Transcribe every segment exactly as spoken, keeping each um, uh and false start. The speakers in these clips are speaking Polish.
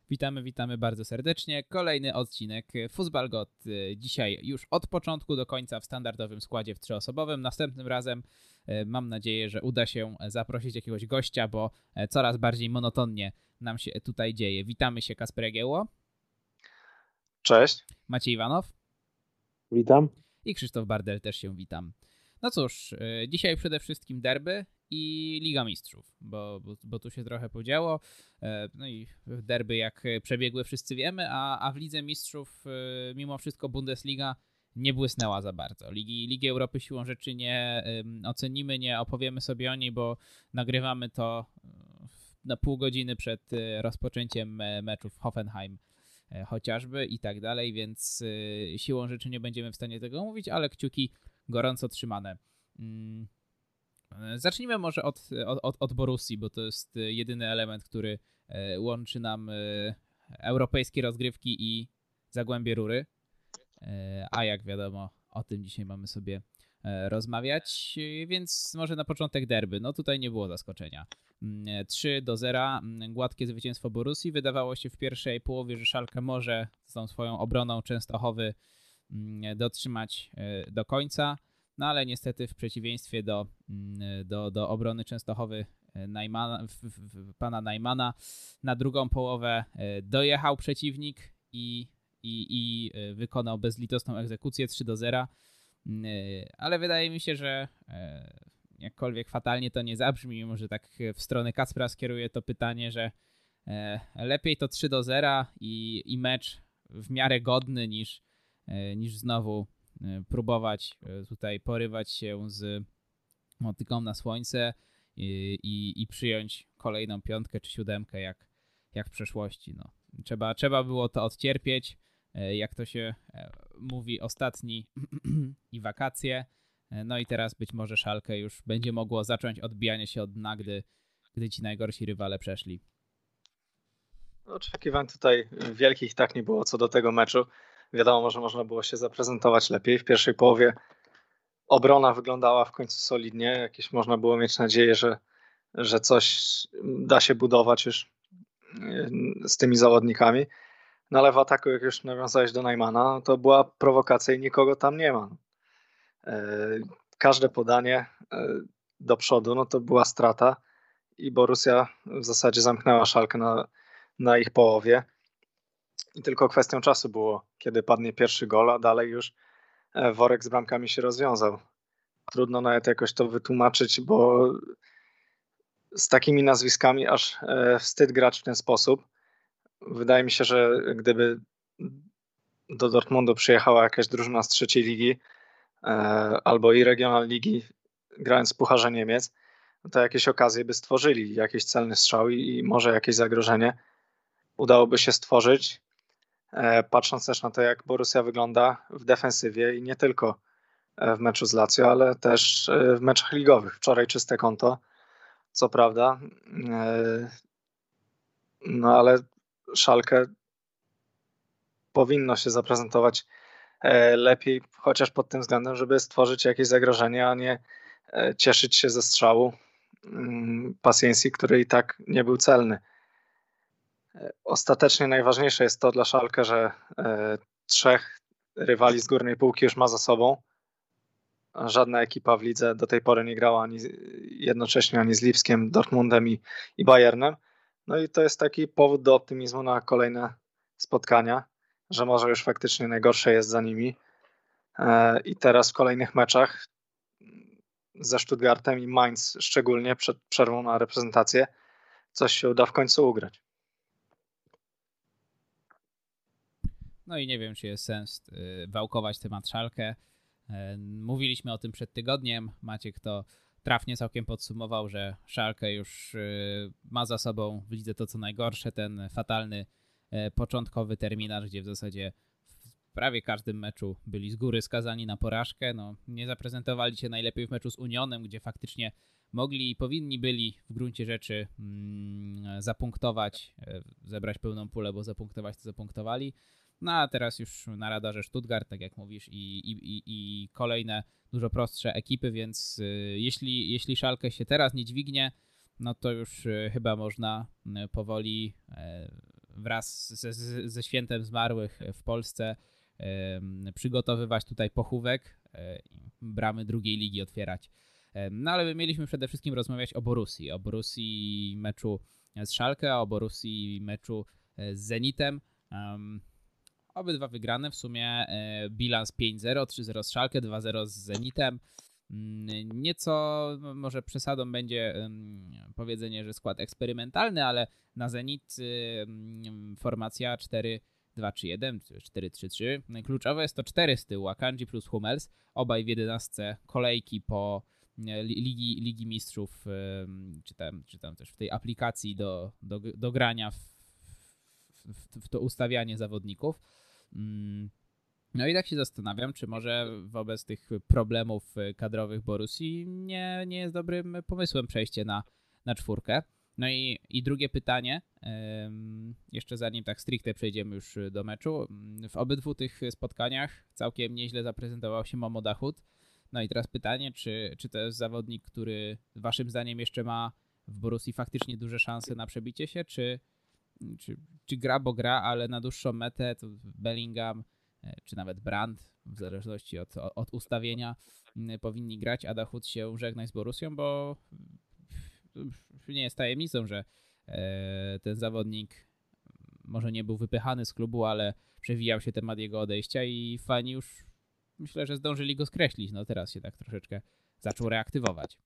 Witamy, witamy bardzo serdecznie. Kolejny odcinek Fußball Got. Dzisiaj już od początku do końca w standardowym składzie w trzyosobowym. Następnym razem mam nadzieję, że uda się zaprosić jakiegoś gościa, bo coraz bardziej monotonnie nam się tutaj dzieje. Witamy się, Kasper Jagiełło. Cześć. Maciej Iwanow. Witam. I Krzysztof Bardel, też się witam. No cóż, dzisiaj przede wszystkim derby i Liga Mistrzów, bo, bo, bo tu się trochę podziało. No i derby jak przebiegły wszyscy wiemy, a, a w Lidze Mistrzów mimo wszystko Bundesliga nie błysnęła za bardzo. Ligi, Ligi Europy siłą rzeczy nie ocenimy, nie opowiemy sobie o niej, bo nagrywamy to na pół godziny przed rozpoczęciem meczów Hoffenheim chociażby i tak dalej, więc siłą rzeczy nie będziemy w stanie tego mówić, ale kciuki gorąco trzymane. Zacznijmy może od, od, od Borussii, bo to jest jedyny element, który łączy nam europejskie rozgrywki i Zagłębie Rury, a jak wiadomo, o tym dzisiaj mamy sobie rozmawiać, więc może na początek derby. No tutaj nie było zaskoczenia. trzy do zera, gładkie zwycięstwo Borussii. Wydawało się w pierwszej połowie, że Schalke może z tą swoją obroną Częstochowy dotrzymać do końca, no ale niestety w przeciwieństwie do, do, do obrony Częstochowy Najmana, w, w, pana Najmana na drugą połowę dojechał przeciwnik i, i, i wykonał bezlitosną egzekucję trzy do zera, ale wydaje mi się, że jakkolwiek fatalnie to nie zabrzmi, mimo że tak w stronę Kacpra skieruję to pytanie, że lepiej to trzy do zera i, i mecz w miarę godny niż, niż znowu próbować tutaj porywać się z motyką na słońce i, i, i przyjąć kolejną piątkę czy siódemkę jak, jak w przeszłości. No. Trzeba, trzeba było to odcierpieć, jak to się mówi, ostatni i wakacje. No i teraz być może Schalke już będzie mogło zacząć odbijanie się od dna, gdy, gdy ci najgorsi rywale przeszli. Oczekiwań tutaj wielkich tak nie było co do tego meczu. Wiadomo, że można było się zaprezentować lepiej. W pierwszej połowie obrona wyglądała w końcu solidnie. Jakieś można było mieć nadzieję, że, że coś da się budować już z tymi zawodnikami. No ale w ataku, jak już nawiązałeś do Najmana, to była prowokacja i nikogo tam nie ma. Każde podanie do przodu, no to była strata i Borussia w zasadzie zamknęła Schalke na, na ich połowie. I tylko kwestią czasu było, kiedy padnie pierwszy gol, a dalej już worek z bramkami się rozwiązał. Trudno nawet jakoś to wytłumaczyć, bo z takimi nazwiskami aż wstyd grać w ten sposób. Wydaje mi się, że gdyby do Dortmundu przyjechała jakaś drużyna z trzeciej ligi albo i Regional Ligi, grając w Pucharze Niemiec, to jakieś okazje by stworzyli, jakiś celny strzał i może jakieś zagrożenie udałoby się stworzyć. Patrząc też na to, jak Borussia wygląda w defensywie i nie tylko w meczu z Lazio, ale też w meczach ligowych. Wczoraj czyste konto, co prawda, no ale Schalke powinno się zaprezentować lepiej, chociaż pod tym względem, żeby stworzyć jakieś zagrożenie, a nie cieszyć się ze strzału Pacjencji, który i tak nie był celny. Ostatecznie najważniejsze jest to dla Schalke, że e, trzech rywali z górnej półki już ma za sobą. Żadna ekipa w lidze do tej pory nie grała ani jednocześnie ani z Lipskiem, Dortmundem i, i Bayernem. No i to jest taki powód do optymizmu na kolejne spotkania, że może już faktycznie najgorsze jest za nimi. E, I teraz w kolejnych meczach ze Stuttgartem i Mainz, szczególnie przed przerwą na reprezentację, coś się uda w końcu ugrać. No i nie wiem, czy jest sens wałkować temat Schalke. Mówiliśmy o tym przed tygodniem. Maciek to trafnie całkiem podsumował, że Schalke już ma za sobą w lidze to co najgorsze, ten fatalny początkowy terminarz, gdzie w zasadzie w prawie każdym meczu byli z góry skazani na porażkę. No, nie zaprezentowali się najlepiej w meczu z Unionem, gdzie faktycznie mogli i powinni byli w gruncie rzeczy mm, zapunktować, zebrać pełną pulę, bo zapunktować to zapunktowali. No a teraz już na radarze Stuttgart, tak jak mówisz, i, i, i, i kolejne dużo prostsze ekipy, więc y, jeśli, jeśli Schalke się teraz nie dźwignie, no to już y, chyba można y, powoli y, wraz ze, ze świętem zmarłych w Polsce przygotowywać tutaj pochówek, bramy drugiej ligi otwierać. No ale my mieliśmy przede wszystkim rozmawiać o Borussii, o Borussii meczu z Schalke, o Borussii meczu z Zenitem. Um, obydwa wygrane, w sumie bilans pięć zero, trzy zero z Schalke, dwa zero z Zenitem. Nieco może przesadą będzie powiedzenie, że skład eksperymentalny, ale na Zenit formacja cztery dwa trzy jeden, cztery trzy trzy. Kluczowe jest to cztery z tyłu, Akanji plus Hummels, obaj w jedenastce kolejki po Ligi, Ligi Mistrzów, czy tam, czy tam też w tej aplikacji do, do, do grania w, w, w to ustawianie zawodników. No i tak się zastanawiam, czy może wobec tych problemów kadrowych Borussii nie, nie jest dobrym pomysłem przejście na, na czwórkę. No i, i drugie pytanie, jeszcze zanim tak stricte przejdziemy już do meczu. W obydwu tych spotkaniach całkiem nieźle zaprezentował się Momo Dahoud. No i teraz pytanie, czy, czy to jest zawodnik, który waszym zdaniem jeszcze ma w Borussii faktycznie duże szanse na przebicie się, czy, czy, czy gra, bo gra, ale na dłuższą metę to Bellingham czy nawet Brandt, w zależności od, od ustawienia, powinni grać, a Dahoud się żegnać z Borussią, bo nie jest tajemnicą, że ten zawodnik może nie był wypychany z klubu, ale przewijał się temat jego odejścia i fani już myślę, że zdążyli go skreślić. No teraz się tak troszeczkę zaczął reaktywować.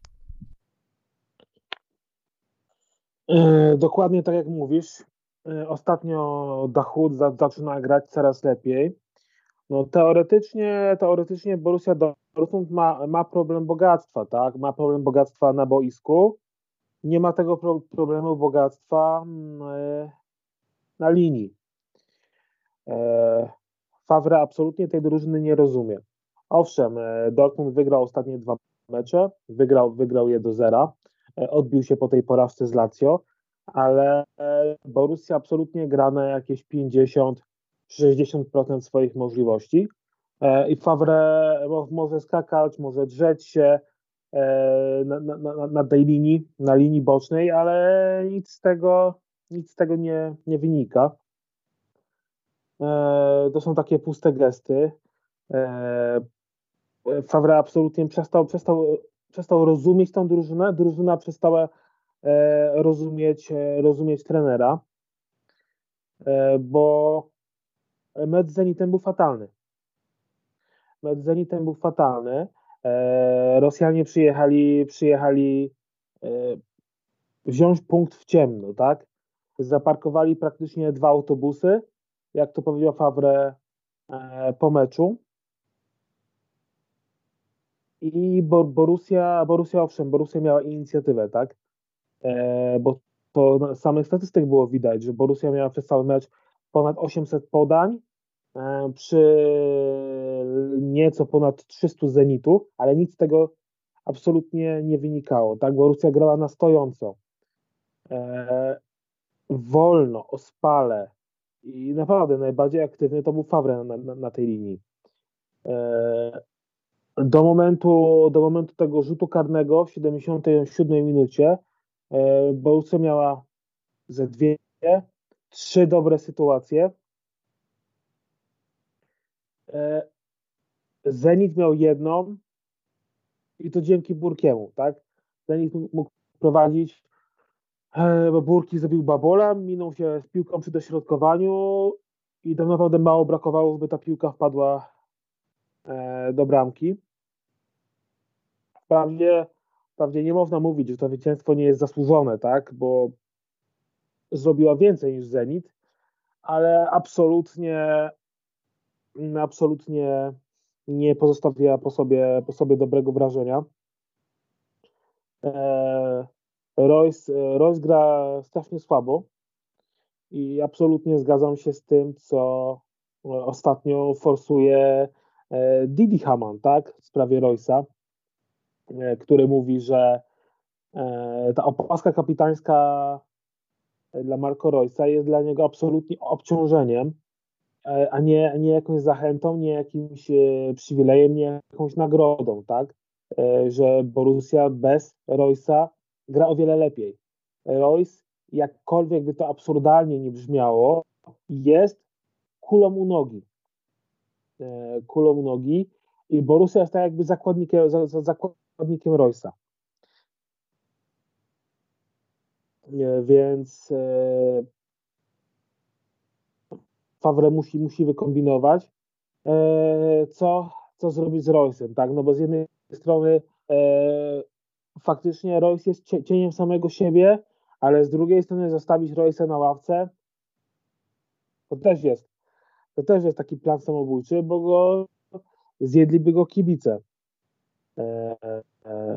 Yy, dokładnie tak jak mówisz. Yy, ostatnio Dahoud za, zaczyna grać coraz lepiej. No teoretycznie, teoretycznie Borussia Dortmund ma, ma problem bogactwa, tak? Ma problem bogactwa na boisku. Nie ma tego pro, problemu bogactwa yy, na linii. Yy, Favre absolutnie tej drużyny nie rozumie. Owszem, yy, Dortmund wygrał ostatnie dwa mecze, wygrał, wygrał je do zera, yy, odbił się po tej porażce z Lazio, ale yy, Borussia absolutnie gra na jakieś pięćdziesiąt do sześćdziesięciu procent swoich możliwości yy, i Favre może skakać, może drzeć się yy, na, na, na, na tej linii, na linii bocznej, ale nic z tego, nic z tego nie, nie wynika. To są takie puste gesty. Favre absolutnie przestał, przestał, przestał rozumieć tą drużynę. Drużyna przestała rozumieć, rozumieć trenera, bo mecz z Zenitem był fatalny. Mecz z Zenitem był fatalny. Rosjanie przyjechali, przyjechali wziąć punkt w ciemno, tak? Zaparkowali praktycznie dwa autobusy, jak to powiedział Favre e, po meczu. I Borussia, Borussia owszem, Borussia miała inicjatywę, tak? E, bo to na samych statystyk było widać, że Borussia miała przez cały mecz ponad osiemset podań e, przy nieco ponad trzystu Zenitu, ale nic z tego absolutnie nie wynikało, tak? Borussia grała na stojąco. E, wolno, ospale. I naprawdę najbardziej aktywny to był Favre na, na, na tej linii. E, do, momentu, do momentu tego rzutu karnego w siedemdziesiątej siódmej minucie e, Borussia miała ze dwie, trzy dobre sytuacje. E, Zenit miał jedną i to dzięki Burkiemu, tak? Zenit mógł prowadzić, bo Burki zrobił babola, minął się z piłką przy dośrodkowaniu i tam naprawdę mało brakowało, żeby ta piłka wpadła e, do bramki. Wprawdzie, wprawdzie nie można mówić, że to zwycięstwo nie jest zasłużone, tak, bo zrobiła więcej niż Zenit, ale absolutnie absolutnie nie pozostawiła po sobie, po sobie dobrego wrażenia. E, Royce, Royce gra strasznie słabo i absolutnie zgadzam się z tym, co ostatnio forsuje Didi Hamann, tak, w sprawie Royce'a, który mówi, że ta opaska kapitańska dla Marco Royce'a jest dla niego absolutnie obciążeniem, a nie, nie jakąś zachętą, nie jakimś przywilejem, nie jakąś nagrodą, tak, że Borussia bez Royce'a gra o wiele lepiej. Royce jakkolwiek by to absurdalnie nie brzmiało, jest kulą u nogi. Kulą u nogi i Borussia jest tak jakby zakładnikiem, zakładnikiem Reus'a. Więc Favre musi, musi wykombinować, co, co zrobić z Reusem, tak? No bo z jednej strony faktycznie Reus jest cieniem samego siebie, ale z drugiej strony zostawić Reusa na ławce to też jest to też jest taki plan samobójczy, bo go zjedliby go kibice. E, e,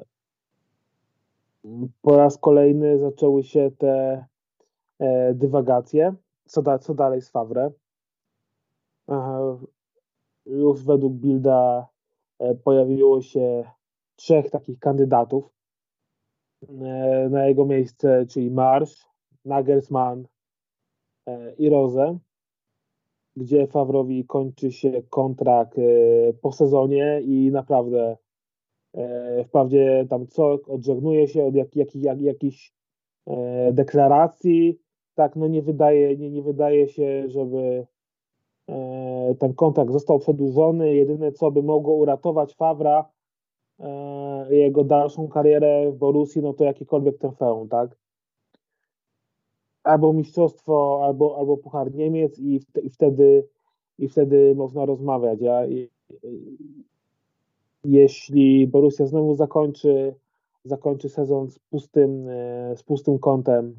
po raz kolejny zaczęły się te e, dywagacje, co, da, co dalej z Favre. E, już według Bilda e, pojawiło się trzech takich kandydatów e, na jego miejsce, czyli Marsz, Nagelsmann e, i Rose, gdzie Favrowi kończy się kontrakt po sezonie i naprawdę wprawdzie tam co odżegnuje się od jak, jak, jak, jakichś deklaracji, tak, no nie wydaje, nie, nie wydaje się, żeby ten kontrakt został przedłużony. Jedyne, co by mogło uratować Favra i jego dalszą karierę w Borussii, no to jakiekolwiek trofeum, tak? Albo mistrzostwo, albo, albo Puchar Niemiec i, w, i, wtedy, i wtedy można rozmawiać. Ja, i, i, jeśli Borussia znowu zakończy, zakończy sezon z pustym, z pustym kątem,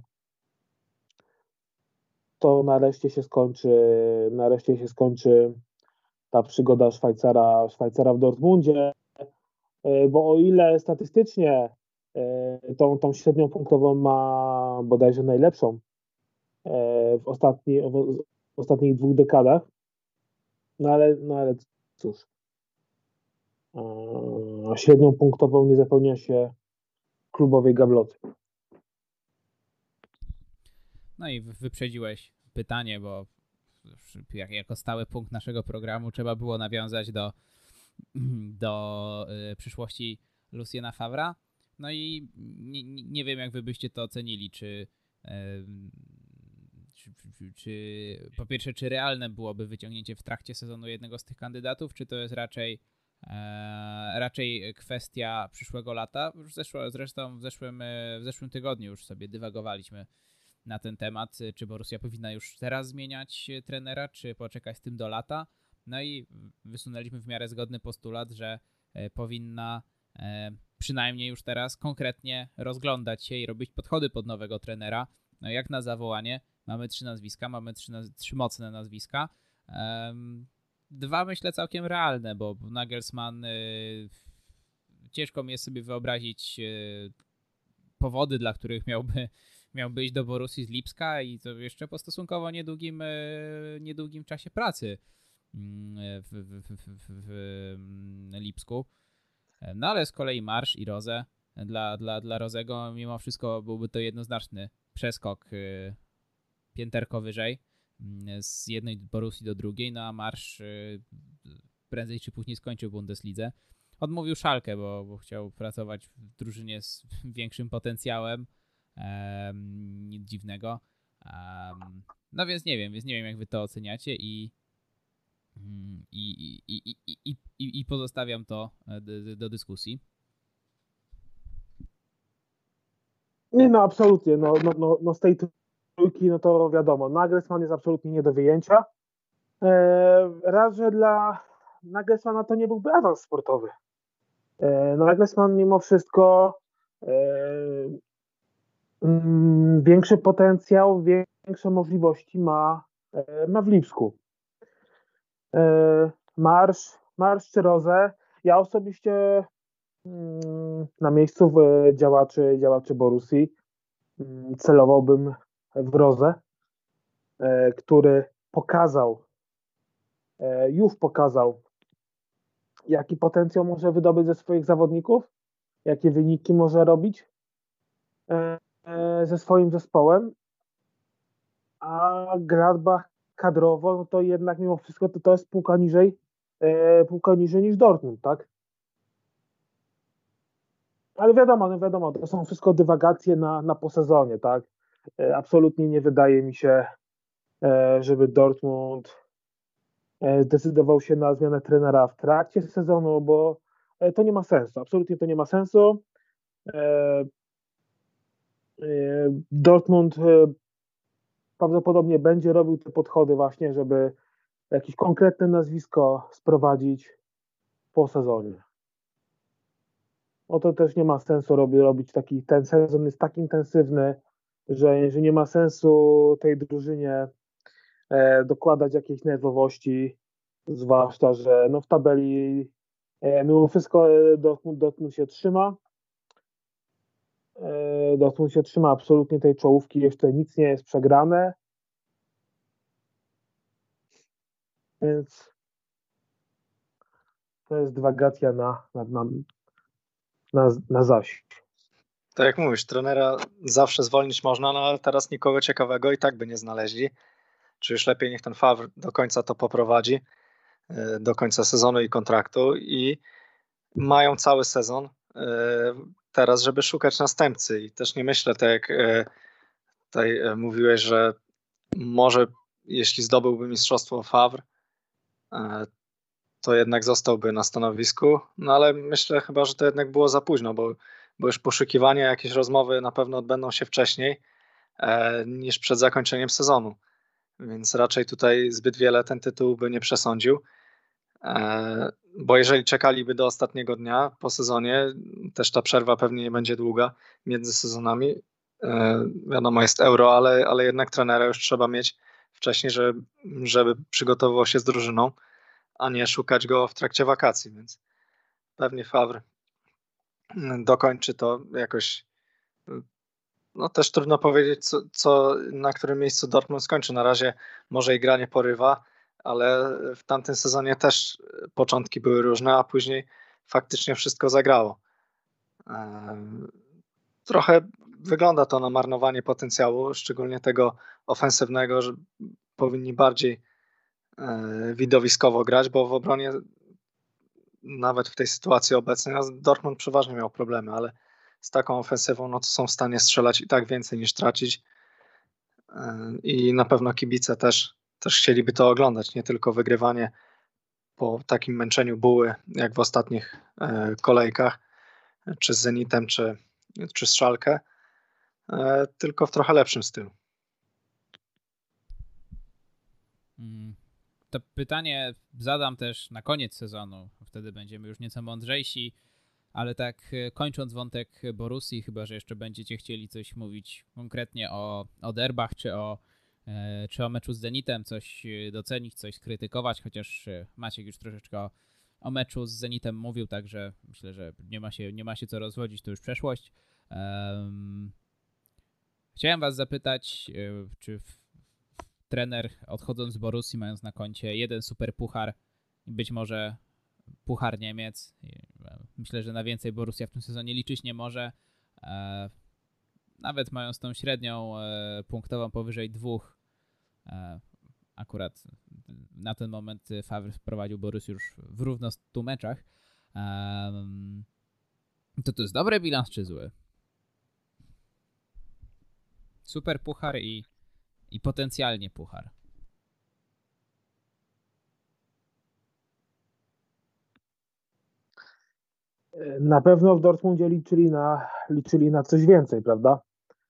to nareszcie się skończy, nareszcie się skończy ta przygoda Szwajcara, Szwajcara w Dortmundzie, bo o ile statystycznie tą, tą średnią punktową ma bodajże najlepszą w, ostatni, w ostatnich dwóch dekadach, no ale, no ale cóż, średnią punktową nie zapełnia się klubowej gabloty. No i wyprzedziłeś pytanie, bo jak, jako stały punkt naszego programu trzeba było nawiązać do, do y, przyszłości Luciana Favra. No i nie, nie wiem, jak wy byście to ocenili, czy, y, czy, czy, czy po pierwsze, czy realne byłoby wyciągnięcie w trakcie sezonu jednego z tych kandydatów, czy to jest raczej E, raczej kwestia przyszłego lata. Już zeszło, zresztą w zeszłym, w zeszłym tygodniu już sobie dywagowaliśmy na ten temat, czy Borussia powinna już teraz zmieniać trenera, czy poczekać z tym do lata. No i wysunęliśmy w miarę zgodny postulat, że powinna e, przynajmniej już teraz konkretnie rozglądać się i robić podchody pod nowego trenera. No jak na zawołanie mamy trzy nazwiska, mamy trzy, trzy mocne nazwiska. Um, Dwa myślę całkiem realne, bo Nagelsmann y, ciężko mi jest sobie wyobrazić y, powody, dla których miałby, miałby iść do Borussii z Lipska i to jeszcze po stosunkowo niedługim, y, niedługim czasie pracy y, w, w, w, w, w Lipsku. No ale z kolei Marsz i Rose, dla, dla, dla Rosego mimo wszystko byłby to jednoznaczny przeskok y, pięterko wyżej z jednej Borussii do drugiej, no a Marsz prędzej czy później skończył Bundeslidze. Odmówił Schalke, bo, bo chciał pracować w drużynie z większym potencjałem. Um, nic dziwnego. Um, no więc nie wiem, więc nie wiem, jak wy to oceniacie i i, i, i, i, i, i pozostawiam to do, do dyskusji. Nie, no absolutnie. No, no, no, no z tej trójki, no to wiadomo, Nagelsmann jest absolutnie nie do wyjęcia. Eee, raz, że dla Nagelsmana to nie byłby awans sportowy. Eee, Nagelsmann mimo wszystko eee, mm, większy potencjał, większe możliwości ma, e, ma w Lipsku. Eee, Marsz, Marsz czy Rose, ja osobiście mm, na miejscu działaczy, działaczy Borussii mm, celowałbym w Rose, e, który pokazał, e, już pokazał, jaki potencjał może wydobyć ze swoich zawodników, jakie wyniki może robić e, e, ze swoim zespołem, a Gladbach kadrowo, no to jednak mimo wszystko to, to jest półka niżej, e, półka niżej niż Dortmund, tak? Ale wiadomo, no wiadomo, to są wszystko dywagacje na, na po sezonie, tak? Absolutnie nie wydaje mi się, żeby Dortmund zdecydował się na zmianę trenera w trakcie sezonu, bo to nie ma sensu. Absolutnie to nie ma sensu. Dortmund prawdopodobnie będzie robił te podchody właśnie, żeby jakieś konkretne nazwisko sprowadzić po sezonie. No to też nie ma sensu robić, robić taki, ten sezon jest tak intensywny, że, że nie ma sensu tej drużynie e, dokładać jakiejś nerwowości, zwłaszcza, że no w tabeli e, mimo wszystko e, Dortmund, Dortmund się trzyma. E, Dortmund się trzyma absolutnie tej czołówki, jeszcze nic nie jest przegrane. Więc to jest dywagacja na, na, na, na, na zaś. Tak jak mówisz, trenera zawsze zwolnić można, no ale teraz nikogo ciekawego i tak by nie znaleźli. Czy już lepiej niech ten Favre do końca to poprowadzi, do końca sezonu i kontraktu, i mają cały sezon teraz, żeby szukać następcy. I też nie myślę, tak jak tutaj mówiłeś, że może jeśli zdobyłby mistrzostwo Favre, to jednak zostałby na stanowisku, no ale myślę chyba, że to jednak było za późno, bo, bo już poszukiwania, jakieś rozmowy na pewno odbędą się wcześniej e, niż przed zakończeniem sezonu, więc raczej tutaj zbyt wiele ten tytuł by nie przesądził, e, bo jeżeli czekaliby do ostatniego dnia po sezonie, też ta przerwa pewnie nie będzie długa między sezonami, e, wiadomo jest Euro, ale, ale jednak trenera już trzeba mieć wcześniej, żeby, żeby przygotowywał się z drużyną, a nie szukać go w trakcie wakacji, więc pewnie Favre dokończy to jakoś. No też trudno powiedzieć, co, co na którym miejscu Dortmund skończy. Na razie może i gra nie porywa, ale w tamtym sezonie też początki były różne, a później faktycznie wszystko zagrało. Trochę wygląda to na marnowanie potencjału, szczególnie tego ofensywnego, że powinni bardziej widowiskowo grać, bo w obronie nawet w tej sytuacji obecnej Dortmund przeważnie miał problemy, ale z taką ofensywą no to są w stanie strzelać i tak więcej niż tracić, i na pewno kibice też, też chcieliby to oglądać, nie tylko wygrywanie po takim męczeniu buły jak w ostatnich kolejkach, czy z Zenitem, czy, czy z Schalke, tylko w trochę lepszym stylu. Mm. To pytanie zadam też na koniec sezonu, wtedy będziemy już nieco mądrzejsi, ale tak kończąc wątek Borussii, chyba że jeszcze będziecie chcieli coś mówić konkretnie o, o derbach, czy o, e, czy o meczu z Zenitem, coś docenić, coś skrytykować, chociaż Maciek już troszeczkę o, o meczu z Zenitem mówił, także myślę, że nie ma się, nie ma się co rozwodzić, to już przeszłość. Um, chciałem was zapytać, czy w trener odchodząc z Borussii, mając na koncie jeden super puchar i być może puchar Niemiec. Myślę, że na więcej Borussia w tym sezonie liczyć nie może. Nawet mając tą średnią punktową powyżej dwóch, akurat na ten moment Favre wprowadził Borussię już w równo stu meczach. To to jest dobry bilans czy zły? Super puchar i I potencjalnie puchar. Na pewno w Dortmundzie liczyli na, liczyli na coś więcej, prawda?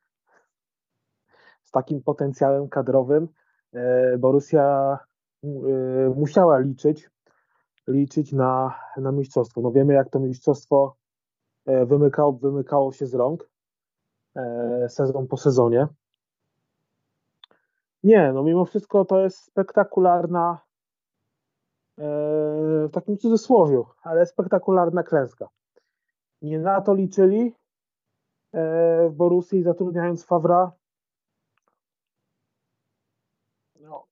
Z takim potencjałem kadrowym Borussia musiała liczyć, liczyć na, na mistrzostwo. No wiemy, jak to mistrzostwo wymykało, wymykało się z rąk sezon po sezonie. Nie, no mimo wszystko to jest spektakularna, w takim cudzysłowiu, ale spektakularna klęska. Nie na to liczyli w Borussii, zatrudniając Favra. No.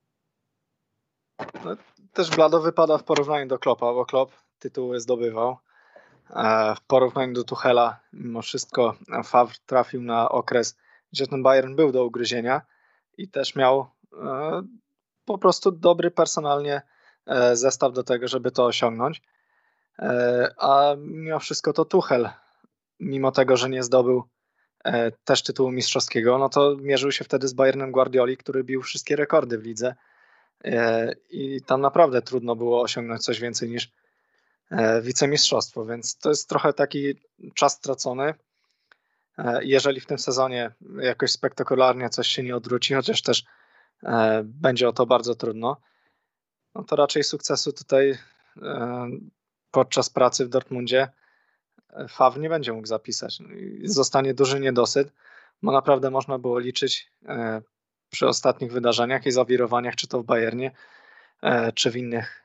No, też blado wypada w porównaniu do Kloppa, bo Klopp tytuły zdobywał. W porównaniu do Tuchela mimo wszystko Favre trafił na okres, gdzie ten Bayern był do ugryzienia i też miał po prostu dobry personalnie zestaw do tego, żeby to osiągnąć. A mimo wszystko to Tuchel, mimo tego, że nie zdobył też tytułu mistrzowskiego, no to mierzył się wtedy z Bayernem Guardioli, który bił wszystkie rekordy w lidze i tam naprawdę trudno było osiągnąć coś więcej niż wicemistrzostwo, więc to jest trochę taki czas stracony. Jeżeli w tym sezonie jakoś spektakularnie coś się nie odwróci, chociaż też będzie o to bardzo trudno, no to raczej sukcesu tutaj podczas pracy w Dortmundzie Favre nie będzie mógł zapisać. Zostanie duży niedosyt, bo naprawdę można było liczyć przy ostatnich wydarzeniach i zawirowaniach, czy to w Bayernie, czy w innych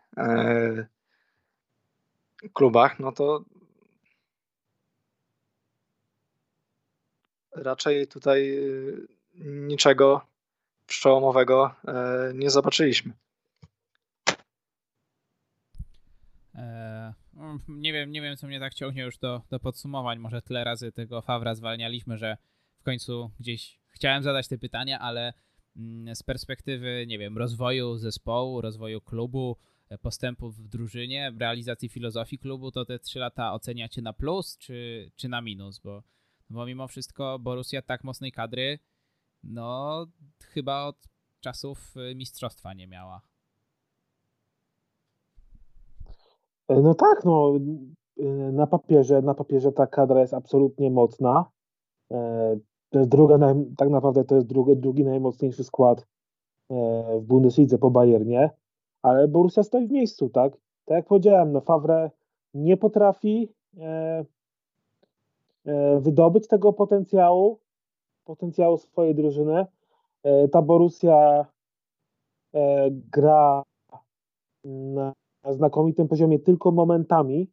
klubach, no to raczej tutaj niczego przełomowego nie zobaczyliśmy. Eee, nie wiem, nie wiem, co mnie tak ciągnie już do, do podsumowań. Może tyle razy tego Favra zwalnialiśmy, że w końcu gdzieś chciałem zadać te pytania, ale z perspektywy, nie wiem, rozwoju zespołu, rozwoju klubu, postępów w drużynie, realizacji filozofii klubu, to te trzy lata oceniacie na plus czy, czy na minus? Bo, bo mimo wszystko Borussia tak mocnej kadry, no chyba od czasów mistrzostwa nie miała. No tak, no na papierze, na papierze ta kadra jest absolutnie mocna. To jest druga, tak naprawdę to jest drugi, drugi najmocniejszy skład w Bundeslidze po Bayernie, ale Borussia stoi w miejscu, tak? Tak jak powiedziałem, no Favre nie potrafi e, e, wydobyć tego potencjału, potencjału swojej drużyny. E, ta Borussia e, gra na znakomitym poziomie tylko momentami,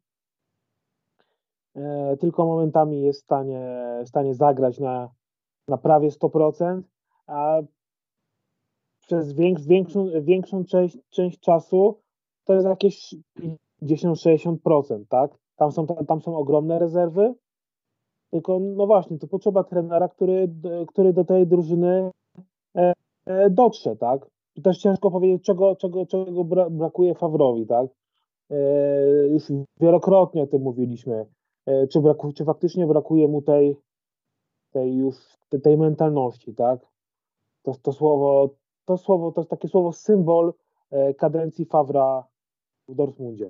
e, tylko momentami jest w stanie, w stanie zagrać na, na prawie sto procent, a przez większ, większą, większą część, część czasu to jest jakieś pięćdziesiąt do sześćdziesięciu procent, tak? Tam są, tam są ogromne rezerwy, tylko no właśnie, to potrzeba trenera, który, który do tej drużyny e, e, dotrze, tak? To też ciężko powiedzieć, czego, czego, czego brakuje Favrowi, tak? E, już wielokrotnie o tym mówiliśmy. E, czy, braku, czy faktycznie brakuje mu tej, tej już tej, tej mentalności, tak? To, to słowo To słowo, to jest takie słowo symbol kadencji Favra w Dortmundzie.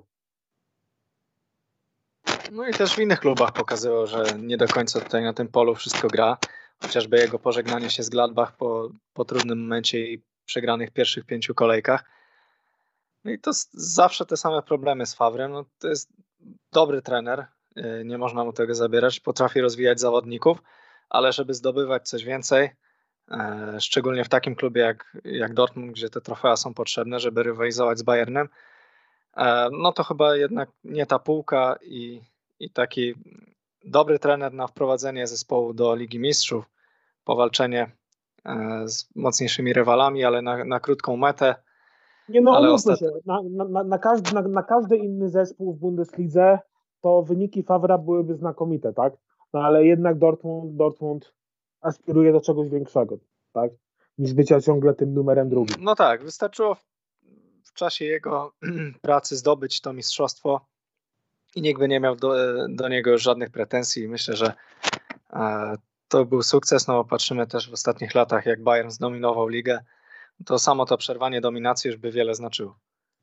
No i też w innych klubach pokazywał, że nie do końca tutaj na tym polu wszystko gra. Chociażby jego pożegnanie się z Gladbach po, po trudnym momencie i przegranych pierwszych pięciu kolejkach. No i to zawsze te same problemy z Favrem. No to jest dobry trener, nie można mu tego zabierać. Potrafi rozwijać zawodników, ale żeby zdobywać coś więcej, szczególnie w takim klubie jak, jak Dortmund, gdzie te trofea są potrzebne, żeby rywalizować z Bayernem, no to chyba jednak nie ta półka i, i taki dobry trener na wprowadzenie zespołu do Ligi Mistrzów, powalczenie z mocniejszymi rywalami, ale na, na krótką metę. Nie no, ale ostat... się, na, na, na, każdy, na, na każdy inny zespół w Bundeslidze to wyniki Favra byłyby znakomite, tak? No ale jednak Dortmund, Dortmund aspiruje do czegoś większego, tak? Niż bycia ciągle tym numerem drugim. No tak, wystarczyło w, w czasie jego pracy zdobyć to mistrzostwo i nikt by nie miał do, do niego już żadnych pretensji. Myślę, że e, to był sukces. No patrzymy też w ostatnich latach, jak Bayern zdominował ligę. To samo to przerwanie dominacji już by wiele znaczyło.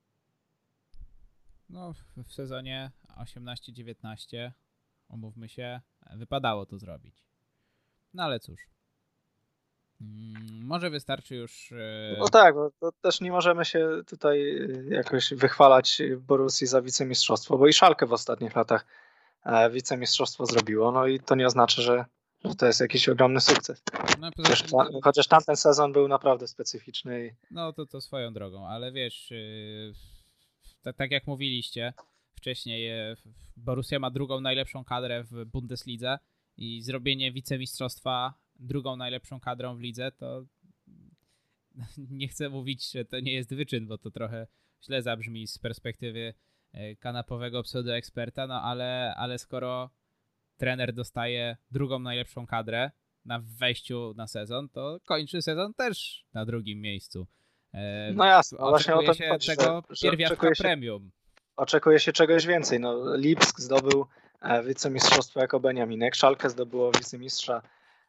No w, w sezonie osiemnaście dziewiętnaście, umówmy się, wypadało to zrobić. No ale cóż. Hmm, może wystarczy już... Yy... No tak, bo to też nie możemy się tutaj jakoś wychwalać Borussii za wicemistrzostwo, bo i Schalke w ostatnich latach wicemistrzostwo zrobiło, no i to nie oznacza, że, że to jest jakiś ogromny sukces. No, chociaż, ta, chociaż tamten sezon był naprawdę specyficzny. I... No to, to swoją drogą, ale wiesz, yy, tak, tak jak mówiliście wcześniej, yy, Borussia ma drugą najlepszą kadrę w Bundeslidze i zrobienie wicemistrzostwa drugą najlepszą kadrą w lidze, to nie chcę mówić, że to nie jest wyczyn, bo to trochę źle zabrzmi z perspektywy kanapowego pseudoeksperta, no ale, ale skoro trener dostaje drugą najlepszą kadrę na wejściu na sezon, to kończy sezon też na drugim miejscu. No jasne, właśnie o to się chodzi, tego że, pierwiastka że premium. Się, oczekuje się czegoś więcej. No, Lipsk zdobył wicemistrostwo jako Beniaminek, Schalke zdobyło wicemistrza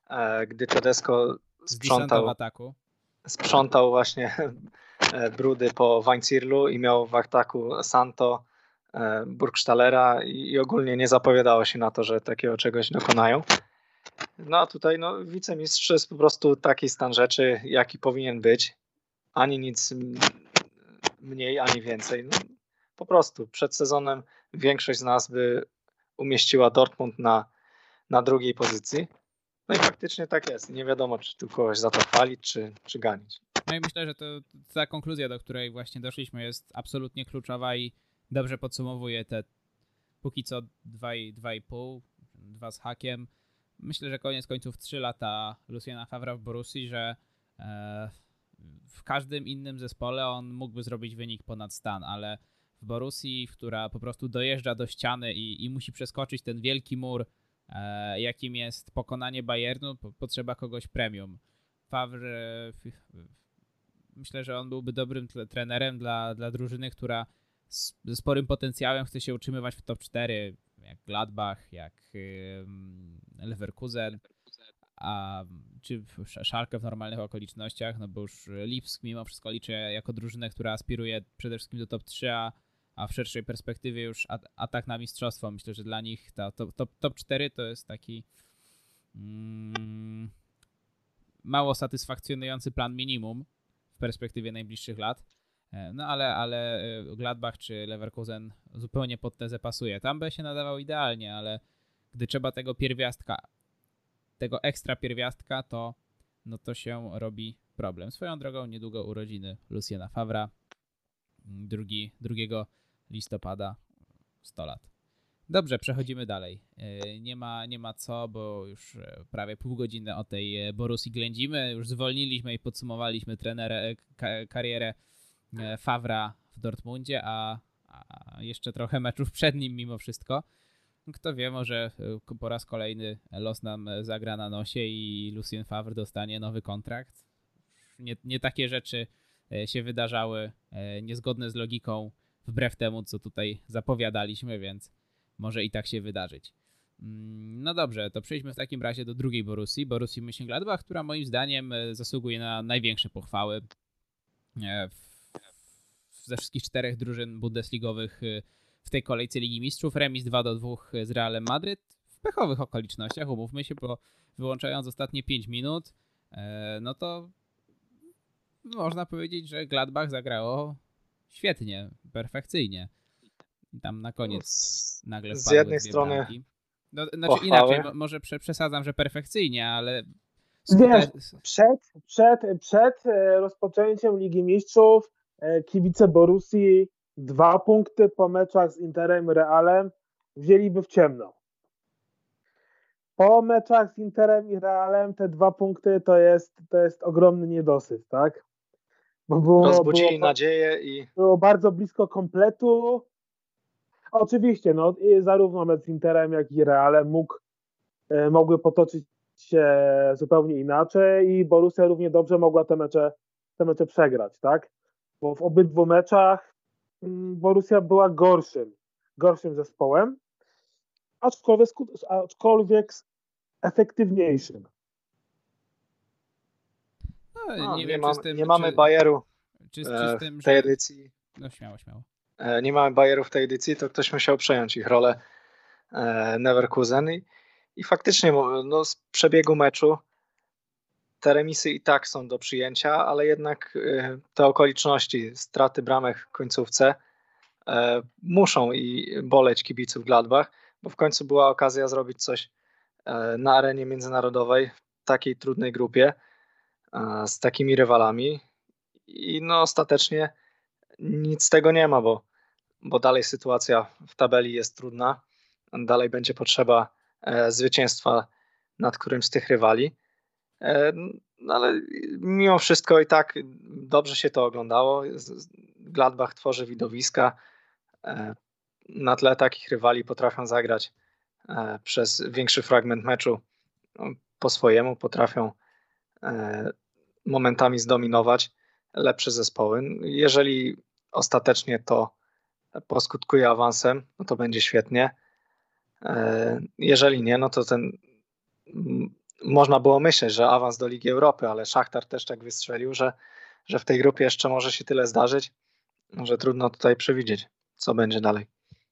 gdy Tedesco sprzątał, w ataku. sprzątał właśnie brudy po Weinzierlu i miał w ataku Santo, Burgstallera i ogólnie nie zapowiadało się na to, że takiego czegoś dokonają. No a tutaj no, wicemistrz jest po prostu taki stan rzeczy, jaki powinien być. Ani nic mniej, ani więcej. No, po prostu przed sezonem większość z nas by umieściła Dortmund na, na drugiej pozycji. No i faktycznie tak jest. Nie wiadomo, czy tu kogoś za to chwalić, czy, czy ganić. No i myślę, że to ta konkluzja, do której właśnie doszliśmy, jest absolutnie kluczowa i dobrze podsumowuje te póki co dwa i pół, dwa z hakiem. Myślę, że koniec końców trzy lata Luciana Favra w Borussii, że e, w każdym innym zespole on mógłby zrobić wynik ponad stan, ale w Borussii, która po prostu dojeżdża do ściany i, i musi przeskoczyć ten wielki mur, e, jakim jest pokonanie Bayernu, po, potrzeba kogoś premium. Favre, e, myślę, że on byłby dobrym trenerem dla, dla drużyny, która z, ze sporym potencjałem chce się utrzymywać w top cztery, jak Gladbach, jak y, Leverkusen, a czy Schalke w normalnych okolicznościach, no bo już Lipsk mimo wszystko liczę jako drużynę, która aspiruje przede wszystkim do top trzy, a, a w szerszej perspektywie już atak na mistrzostwo. Myślę, że dla nich ta top, top, top cztery to jest taki mm, mało satysfakcjonujący plan minimum w perspektywie najbliższych lat. No ale, ale Gladbach czy Leverkusen zupełnie pod tezę pasuje. Tam by się nadawał idealnie, ale gdy trzeba tego pierwiastka, tego ekstra pierwiastka, to no to się robi problem. Swoją drogą niedługo urodziny Luciana Favra, drugiego listopada, sto lat. Dobrze, przechodzimy dalej. Nie ma, nie ma co, bo już prawie pół godziny o tej Borussii ględzimy. Już zwolniliśmy i podsumowaliśmy trenerę, karierę Favra w Dortmundzie, a, a jeszcze trochę meczów przed nim mimo wszystko. Kto wie, może po raz kolejny los nam zagra na nosie i Lucien Favre dostanie nowy kontrakt. Nie, nie takie rzeczy się wydarzały, niezgodne z logiką, wbrew temu, co tutaj zapowiadaliśmy, więc może i tak się wydarzyć. No dobrze, to przejdźmy w takim razie do drugiej Borussii, Borussii Mönchengladbach, która moim zdaniem zasługuje na największe pochwały. Ze wszystkich czterech drużyn bundesligowych w tej kolejce Ligi Mistrzów, remis dwa do dwóch z Realem Madryt w pechowych okolicznościach, umówmy się, bo wyłączając ostatnie pięć minut, no to można powiedzieć, że Gladbach zagrało świetnie, perfekcyjnie. I tam na koniec nagle z wpadły jednej dwie strony bramki. No, znaczy pochwały. inaczej, może przesadzam, że perfekcyjnie, ale wiesz, przed, przed, przed rozpoczęciem Ligi Mistrzów kibice Borussii dwa punkty po meczach z Interem i Realem wzięliby w ciemno. Po meczach z Interem i Realem te dwa punkty to jest, to jest ogromny niedosyt, tak? Bo było, rozbudzili było, nadzieję i było bardzo blisko kompletu. Oczywiście, no, zarówno mecz z Interem, jak i Realem mógł, mogły potoczyć się zupełnie inaczej i Borussia równie dobrze mogła te mecze, te mecze przegrać, tak? Bo w obydwu meczach Borussia była gorszym, gorszym zespołem, aczkolwiek, aczkolwiek efektywniejszym. No, no, nie nie, wiem, mam, czy z tym, nie mamy czy, Bayeru czy, czy z tym, w tej że... edycji. No śmiało, śmiało. Nie mamy Bayerów w tej edycji, to ktoś musiał przejąć ich rolę, Leverkusen i, i faktycznie no, z przebiegu meczu te remisy i tak są do przyjęcia, ale jednak te okoliczności, straty bramek w końcówce muszą i boleć kibiców Gladbach, bo w końcu była okazja zrobić coś na arenie międzynarodowej w takiej trudnej grupie z takimi rywalami i no ostatecznie nic z tego nie ma, bo, bo dalej sytuacja w tabeli jest trudna, dalej będzie potrzeba zwycięstwa nad którymś z tych rywali. No ale mimo wszystko i tak dobrze się to oglądało. Gladbach tworzy widowiska. Na tle takich rywali potrafią zagrać przez większy fragment meczu po swojemu, potrafią momentami zdominować lepsze zespoły. Jeżeli ostatecznie to poskutkuje awansem, no to będzie świetnie. Jeżeli nie, no to ten można było myśleć, że awans do Ligi Europy, ale Szachtar też tak wystrzelił, że, że w tej grupie jeszcze może się tyle zdarzyć, że trudno tutaj przewidzieć, co będzie dalej.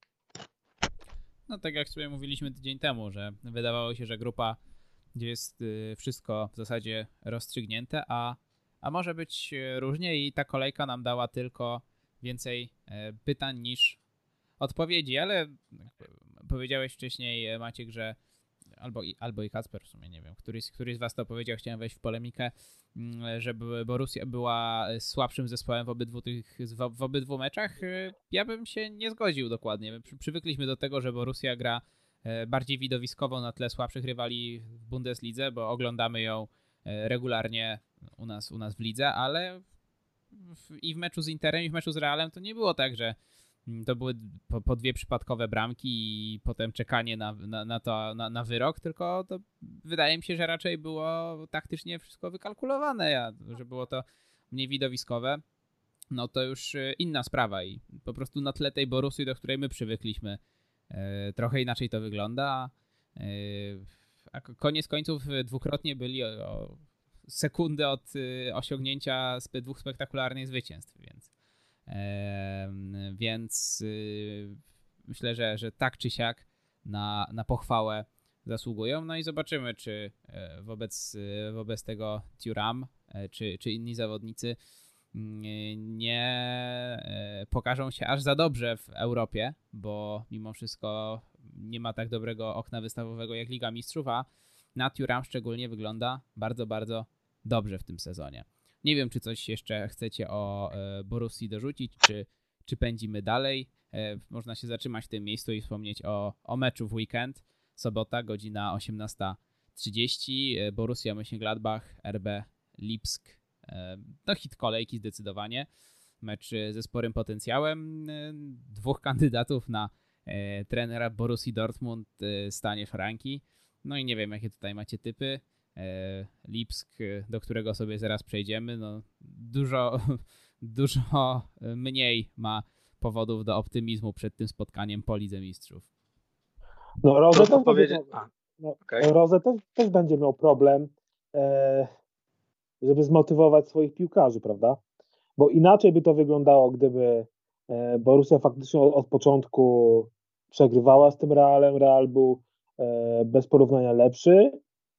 No tak jak sobie mówiliśmy tydzień temu, że wydawało się, że grupa, gdzie jest wszystko w zasadzie rozstrzygnięte, a, a może być różnie i ta kolejka nam dała tylko więcej pytań niż odpowiedzi, ale powiedziałeś wcześniej, Maciek, że albo i, albo i Kacper w sumie, nie wiem, któryś, któryś z was to powiedział, chciałem wejść w polemikę, że Borussia była słabszym zespołem w obydwu, tych, w, w obydwu meczach. Ja bym się nie zgodził dokładnie. My przy, przywykliśmy do tego, że Borussia gra bardziej widowiskowo na tle słabszych rywali w Bundeslidze, bo oglądamy ją regularnie u nas, u nas w lidze, ale w, i w meczu z Interem, i w meczu z Realem to nie było tak, że to były po, po dwie przypadkowe bramki i potem czekanie na, na, na, to, na, na wyrok, tylko to wydaje mi się, że raczej było taktycznie wszystko wykalkulowane, że było to mniej widowiskowe. No to już inna sprawa i po prostu na tle tej Borussii, do której my przywykliśmy, e, trochę inaczej to wygląda. E, a koniec końców dwukrotnie byli o, o sekundę od osiągnięcia dwóch spektakularnych zwycięstw, więc Eee, więc yy, myślę, że, że tak czy siak na, na pochwałę zasługują. No i zobaczymy, czy e, wobec, e, wobec tego Thuram e, czy, czy inni zawodnicy nie, nie e, pokażą się aż za dobrze w Europie, bo mimo wszystko nie ma tak dobrego okna wystawowego jak Liga Mistrzów, a na Thuram szczególnie wygląda bardzo, bardzo dobrze w tym sezonie. Nie wiem, czy coś jeszcze chcecie o e, Borussii dorzucić, czy, czy pędzimy dalej. E, można się zatrzymać w tym miejscu i wspomnieć o, o meczu w weekend. Sobota, godzina osiemnasta trzydzieści. E, Borussia Mönchengladbach, R B Lipsk. E, no hit kolejki zdecydowanie. Mecz ze sporym potencjałem. E, dwóch kandydatów na e, trenera Borussii Dortmund e, stanie szranki. No i nie wiem, jakie tutaj macie typy. Lipsk, do którego sobie zaraz przejdziemy, no dużo, dużo mniej ma powodów do optymizmu przed tym spotkaniem po Lidze Mistrzów. No Roze też, powiedzieć... będzie, no, okay. Roze też, też będzie miał problem, e, żeby zmotywować swoich piłkarzy, prawda? Bo inaczej by to wyglądało, gdyby e, Borussia faktycznie od, od początku przegrywała z tym Realem, Real był e, bez porównania lepszy,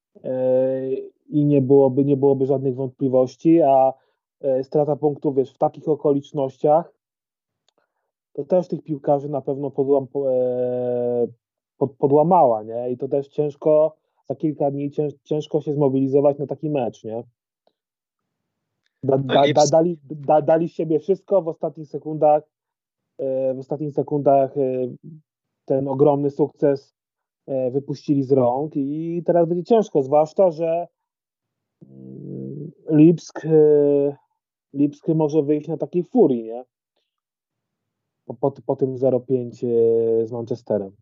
i nie byłoby, nie byłoby żadnych wątpliwości, a strata punktów, wiesz, w takich okolicznościach to też tych piłkarzy na pewno podłam, pod, podłamała, nie? I to też ciężko, za kilka dni cięż, ciężko się zmobilizować na taki mecz, nie? Da, da, da, dali, da, dali z siebie wszystko w ostatnich sekundach, w ostatnich sekundach ten ogromny sukces wypuścili z rąk i teraz będzie ciężko, zwłaszcza, że Lipsk, Lipsk może wyjść na takiej furii, nie? Po, po, po tym zero pięć z Manchesterem.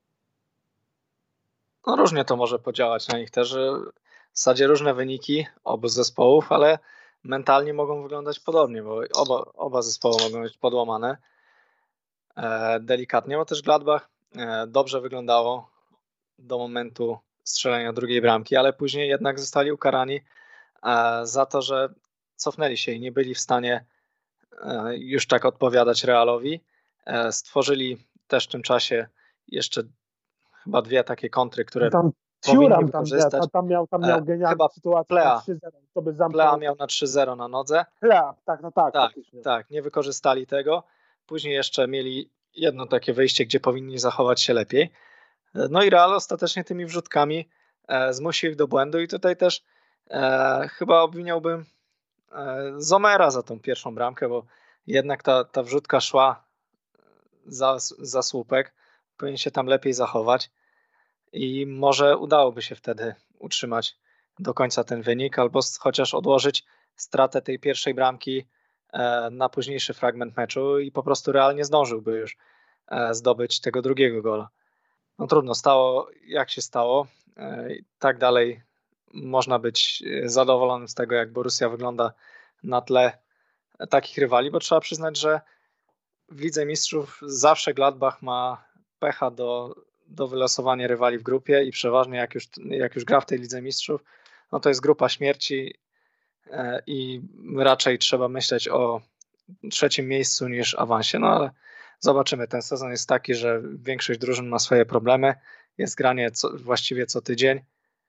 No różnie to może podziałać na nich też. W zasadzie różne wyniki obu zespołów, ale mentalnie mogą wyglądać podobnie, bo oba, oba zespoły mogą być podłamane e, delikatnie, bo też Gladbach e, dobrze wyglądało do momentu strzelenia drugiej bramki, ale później jednak zostali ukarani e, za to, że cofnęli się i nie byli w stanie e, już tak odpowiadać Realowi. E, stworzyli też w tym czasie jeszcze chyba dwie takie kontry, które tam powinni Thuram wykorzystać. Tam, tam miał, tam miał genialną sytuację Plea. na trzy zero. To by zamknął. Plea miał na trzy zero na nodze. Plea, tak, no tak. Tak, tak, nie wykorzystali tego. Później jeszcze mieli jedno takie wyjście, gdzie powinni zachować się lepiej. No i Real ostatecznie tymi wrzutkami e, zmusił ich do błędu i tutaj też e, chyba obwiniałbym e, Zomera za tą pierwszą bramkę, bo jednak ta, ta wrzutka szła za, za słupek. Powinien się tam lepiej zachować i może udałoby się wtedy utrzymać do końca ten wynik, albo chociaż odłożyć stratę tej pierwszej bramki e, na późniejszy fragment meczu i po prostu Real nie zdążyłby już e, zdobyć tego drugiego gola. No trudno, stało jak się stało. E, tak dalej można być zadowolonym z tego, jak Borussia wygląda na tle takich rywali, bo trzeba przyznać, że w Lidze Mistrzów zawsze Gladbach ma pecha do, do wylosowania rywali w grupie i przeważnie jak już, jak już gra w tej Lidze Mistrzów, no to jest grupa śmierci i raczej trzeba myśleć o trzecim miejscu niż awansie, no ale zobaczymy. Ten sezon jest taki, że większość drużyn ma swoje problemy, jest granie co, właściwie co tydzień.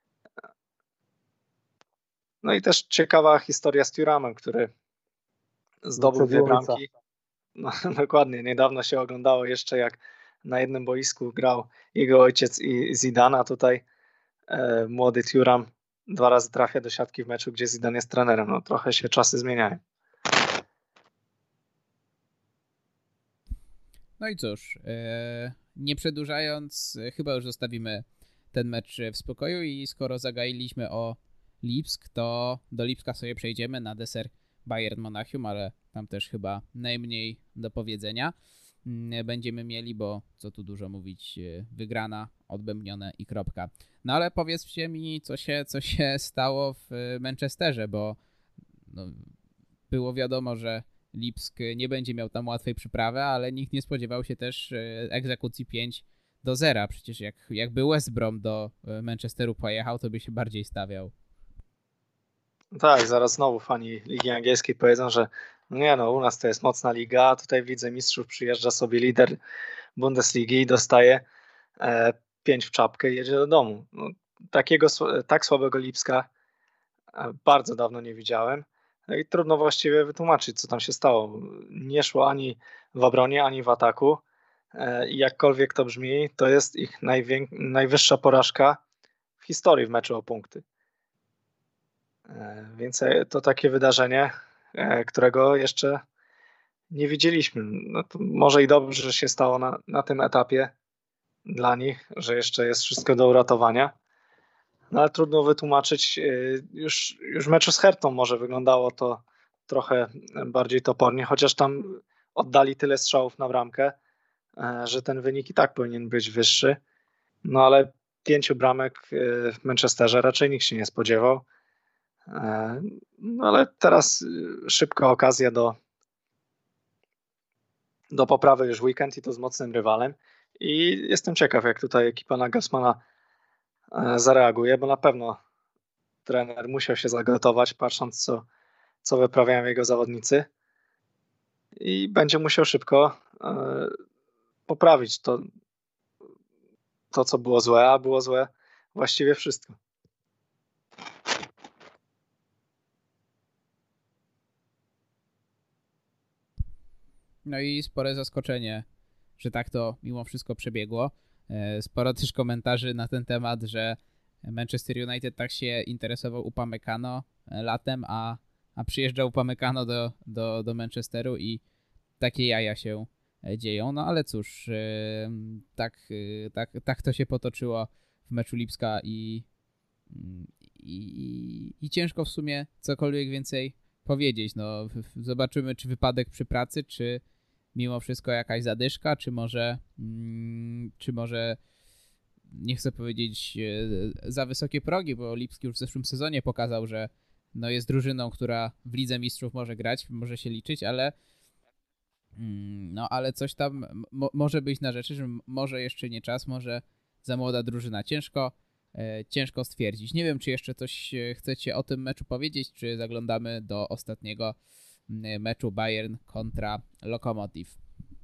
No i też ciekawa historia z Thuramem, który zdobył dwie bramki. No, dokładnie, niedawno się oglądało jeszcze, jak na jednym boisku grał jego ojciec i Zidane, a tutaj e, młody Thuram dwa razy trafia do siatki w meczu, gdzie Zidane jest trenerem. No trochę się czasy zmieniają. No i cóż, e, nie przedłużając, chyba już zostawimy ten mecz w spokoju i skoro zagailiśmy o Lipsk, to do Lipska sobie przejdziemy na deser Bayern Monachium, ale tam też chyba najmniej do powiedzenia będziemy mieli, bo co tu dużo mówić, wygrana, odbębnione i kropka. No ale powiedzcie mi, co się, co się stało w Manchesterze, bo no, było wiadomo, że Lipsk nie będzie miał tam łatwej przyprawy, ale nikt nie spodziewał się też egzekucji pięć do zera. Przecież jak, jakby West Brom do Manchesteru pojechał, to by się bardziej stawiał. Tak, zaraz znowu fani Ligi Angielskiej powiedzą, że no nie no, u nas to jest mocna liga, a tutaj w Lidze Mistrzów przyjeżdża sobie lider Bundesligi i dostaje e, pięć w czapkę i jedzie do domu. No, takiego, tak słabego Lipska e, bardzo dawno nie widziałem. No i trudno właściwie wytłumaczyć, co tam się stało. Nie szło ani w obronie, ani w ataku. E, I jakkolwiek to brzmi, to jest ich najwię- najwyższa porażka w historii w meczu o punkty. Więc to takie wydarzenie, którego jeszcze nie widzieliśmy. No to może i dobrze, że się stało na, na tym etapie dla nich, że jeszcze jest wszystko do uratowania. No ale trudno wytłumaczyć. Już, już w meczu z Hertą może wyglądało to trochę bardziej topornie, chociaż tam oddali tyle strzałów na bramkę, że ten wynik i tak powinien być wyższy. No ale pięciu bramek w Manchesterze raczej nikt się nie spodziewał. No ale teraz szybka okazja do, do poprawy już w weekend i to z mocnym rywalem i jestem ciekaw, jak tutaj ekipa Nagelsmana zareaguje, bo na pewno trener musiał się zagotować, patrząc co, co wyprawiają jego zawodnicy i będzie musiał szybko poprawić to, to co było złe, a było złe właściwie wszystko. No i spore zaskoczenie, że tak to mimo wszystko przebiegło. Sporo też komentarzy na ten temat, że Manchester United tak się interesował Upamecano latem, a, a przyjeżdżał Upamecano do, do, do Manchesteru i takie jaja się dzieją. No ale cóż, tak, tak, tak to się potoczyło w meczu Lipska i, i, i ciężko w sumie cokolwiek więcej powiedzieć. No, zobaczymy, czy wypadek przy pracy, czy mimo wszystko jakaś zadyszka, czy może, mm, czy może nie chcę powiedzieć za wysokie progi, bo Lipski już w zeszłym sezonie pokazał, że no jest drużyną, która w Lidze Mistrzów może grać, może się liczyć, ale mm, no ale coś tam mo- może być na rzeczy, że może jeszcze nie czas, może za młoda drużyna. Ciężko Ciężko stwierdzić. Nie wiem, czy jeszcze coś chcecie o tym meczu powiedzieć, czy zaglądamy do ostatniego meczu Bayern kontra Lokomotiv.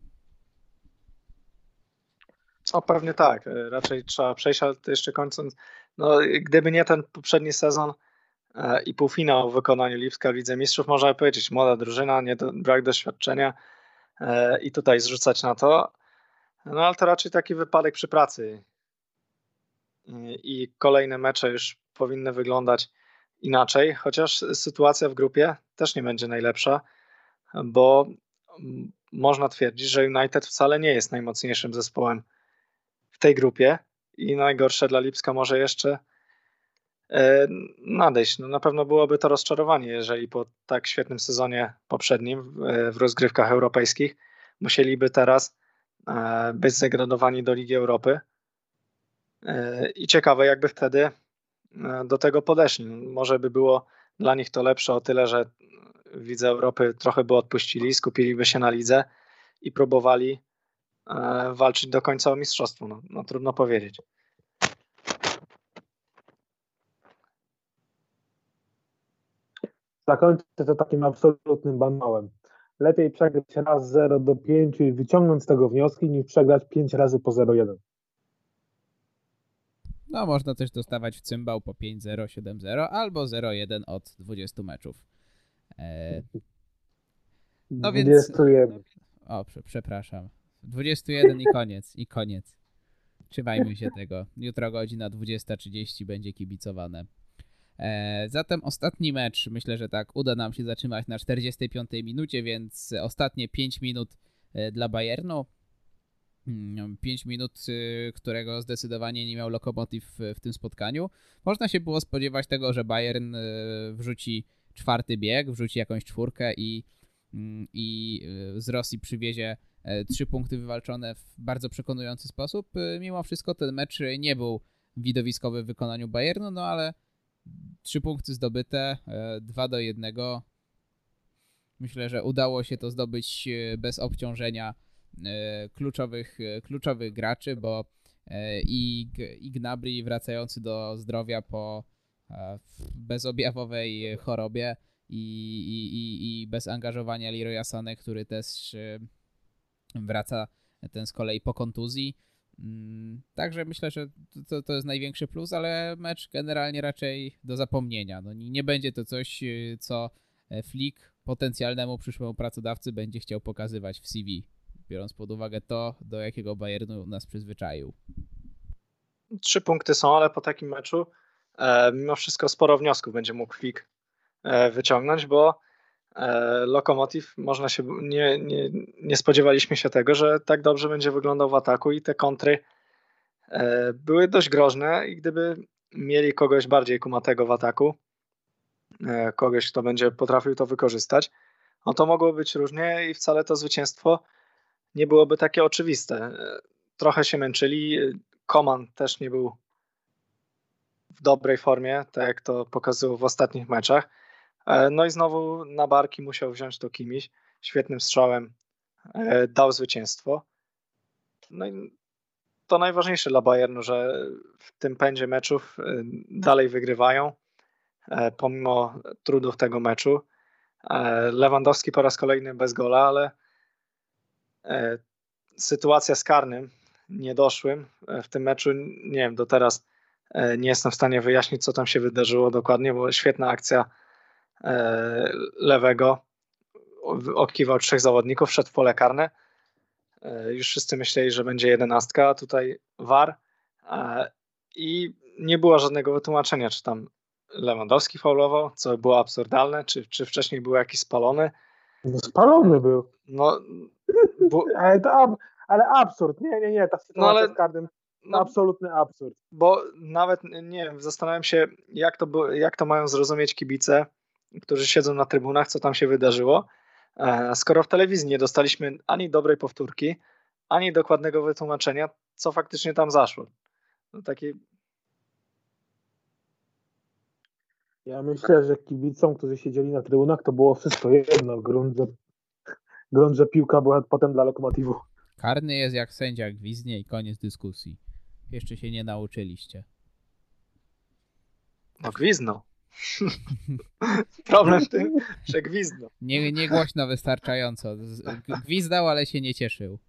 O, pewnie tak. Raczej trzeba przejść, ale to jeszcze kończąc. No, gdyby nie ten poprzedni sezon i półfinał w wykonaniu Lipska w Lidze Mistrzów, można by powiedzieć, młoda drużyna, nie do, brak doświadczenia i tutaj zrzucać na to. No ale to raczej taki wypadek przy pracy. I kolejne mecze już powinny wyglądać inaczej, chociaż sytuacja w grupie też nie będzie najlepsza, bo można twierdzić, że United wcale nie jest najmocniejszym zespołem w tej grupie i najgorsze dla Lipska może jeszcze nadejść. No na pewno byłoby to rozczarowanie, jeżeli po tak świetnym sezonie poprzednim w rozgrywkach europejskich musieliby teraz być zdegradowani do Ligi Europy. I ciekawe, jakby wtedy do tego podeszli. Może by było dla nich to lepsze o tyle, że w Lidze Europy trochę by odpuścili, skupiliby się na lidze i próbowali walczyć do końca o mistrzostwo. No, no trudno powiedzieć. Zakończę to takim absolutnym banałem. Lepiej przegrać raz zero do pięciu i wyciągnąć z tego wnioski, niż przegrać pięć razy po zero jeden. No, można też dostawać w cymbał po pięć zero, siedem zero albo zero jeden od dwudziestu meczów. E... No więc... dwadzieścia jeden. O, prze, przepraszam. dwadzieścia jeden i koniec, i koniec. Trzymajmy się tego. Jutro godzina dwudziesta trzydzieści będzie kibicowane. E, zatem ostatni mecz, myślę, że tak uda nam się zatrzymać na czterdziestej piątej minucie, więc ostatnie pięć minut dla Bayernu. pięć minut, którego zdecydowanie nie miał Lokomotiv w, w tym spotkaniu. Można się było spodziewać tego, że Bayern wrzuci czwarty bieg, wrzuci jakąś czwórkę i, i z Rosji przywiezie trzy punkty wywalczone w bardzo przekonujący sposób. Mimo wszystko ten mecz nie był widowiskowy w wykonaniu Bayernu, no ale trzy punkty zdobyte, dwa do jednego. Myślę, że udało się to zdobyć bez obciążenia kluczowych, kluczowych graczy, bo i, i Gnabry wracający do zdrowia po bezobjawowej chorobie i, i, i bez angażowania Leroya Sané, który też wraca ten z kolei po kontuzji. Także myślę, że to, to jest największy plus, ale mecz generalnie raczej do zapomnienia. No, nie będzie to coś, co Flick potencjalnemu przyszłemu pracodawcy będzie chciał pokazywać w C V, biorąc pod uwagę to, do jakiego Bayernu nas przyzwyczaił. Trzy punkty są, ale po takim meczu e, mimo wszystko sporo wniosków będzie mógł Flick e, wyciągnąć, bo e, Lokomotiv, można się, nie, nie, nie spodziewaliśmy się tego, że tak dobrze będzie wyglądał w ataku i te kontry e, były dość groźne i gdyby mieli kogoś bardziej kumatego w ataku, e, kogoś, kto będzie potrafił to wykorzystać, no to mogło być różnie i wcale to zwycięstwo nie byłoby takie oczywiste. Trochę się męczyli. Koman też nie był w dobrej formie, tak jak to pokazywał w ostatnich meczach. No i znowu na barki musiał wziąć to Kimiś. Świetnym strzałem dał zwycięstwo. No i to najważniejsze dla Bayernu, że w tym pędzie meczów dalej wygrywają, pomimo trudów tego meczu. Lewandowski po raz kolejny bez gola, ale sytuacja z karnym niedoszłym w tym meczu, nie wiem, do teraz nie jestem w stanie wyjaśnić, co tam się wydarzyło dokładnie, bo świetna akcja lewego, okiwał trzech zawodników, wszedł w pole karne, już wszyscy myśleli, że będzie jedenastka, a tutaj V A R i nie było żadnego wytłumaczenia, czy tam Lewandowski faulował, co było absurdalne, czy, czy wcześniej był jakiś spalony. No spalony był. No, bo... ale, to, ale absurd, nie, nie, nie, ta sytuacja no ale, z karnym, no, absolutny absurd. Bo nawet, nie wiem, zastanawiam się, jak to, było, jak to mają zrozumieć kibice, którzy siedzą na trybunach, co tam się wydarzyło, skoro w telewizji nie dostaliśmy ani dobrej powtórki, ani dokładnego wytłumaczenia, co faktycznie tam zaszło. No taki... Ja myślę, że kibicom, którzy siedzieli na trybunach, to było wszystko jedno. Grunt, że, grunt, że piłka była potem dla Lokomotivu. Karny jest jak sędzia gwizdnie i koniec dyskusji. Jeszcze się nie nauczyliście. No gwizdno. Problem w tym, że gwizdno. Nie, nie głośno wystarczająco. Gwizdał, ale się nie cieszył.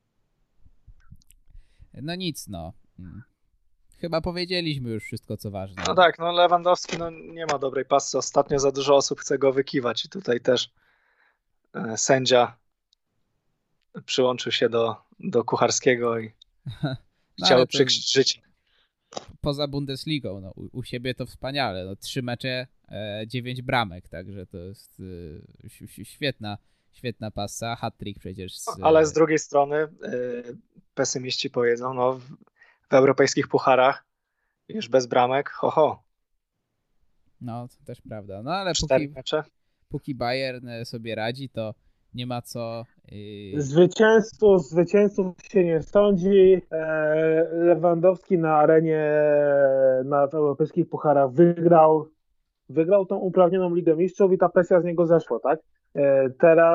No nic, no. Chyba powiedzieliśmy już wszystko, co ważne. No tak, no Lewandowski no, nie ma dobrej pasy. Ostatnio za dużo osób chce go wykiwać i tutaj też e, sędzia przyłączył się do, do Kucharskiego i no, chciał przykryć życie. Poza Bundesligą, no, u, u siebie to wspaniale. No, trzy mecze, e, dziewięć bramek, także to jest e, świetna, świetna pasa. Hat-trick przecież. Z, no, ale z drugiej strony e, pesymiści powiedzą, no w, w europejskich pucharach już bez bramek, ho ho. No, to też prawda. No ale Cztery póki, mecze. póki Bayern sobie radzi, to nie ma co... Yy... Zwycięzców, zwycięzców się nie sądzi. Lewandowski na arenie na w europejskich pucharach wygrał wygrał tą uprawnioną Ligę Mistrzów i ta presja z niego zeszła, tak? Teraz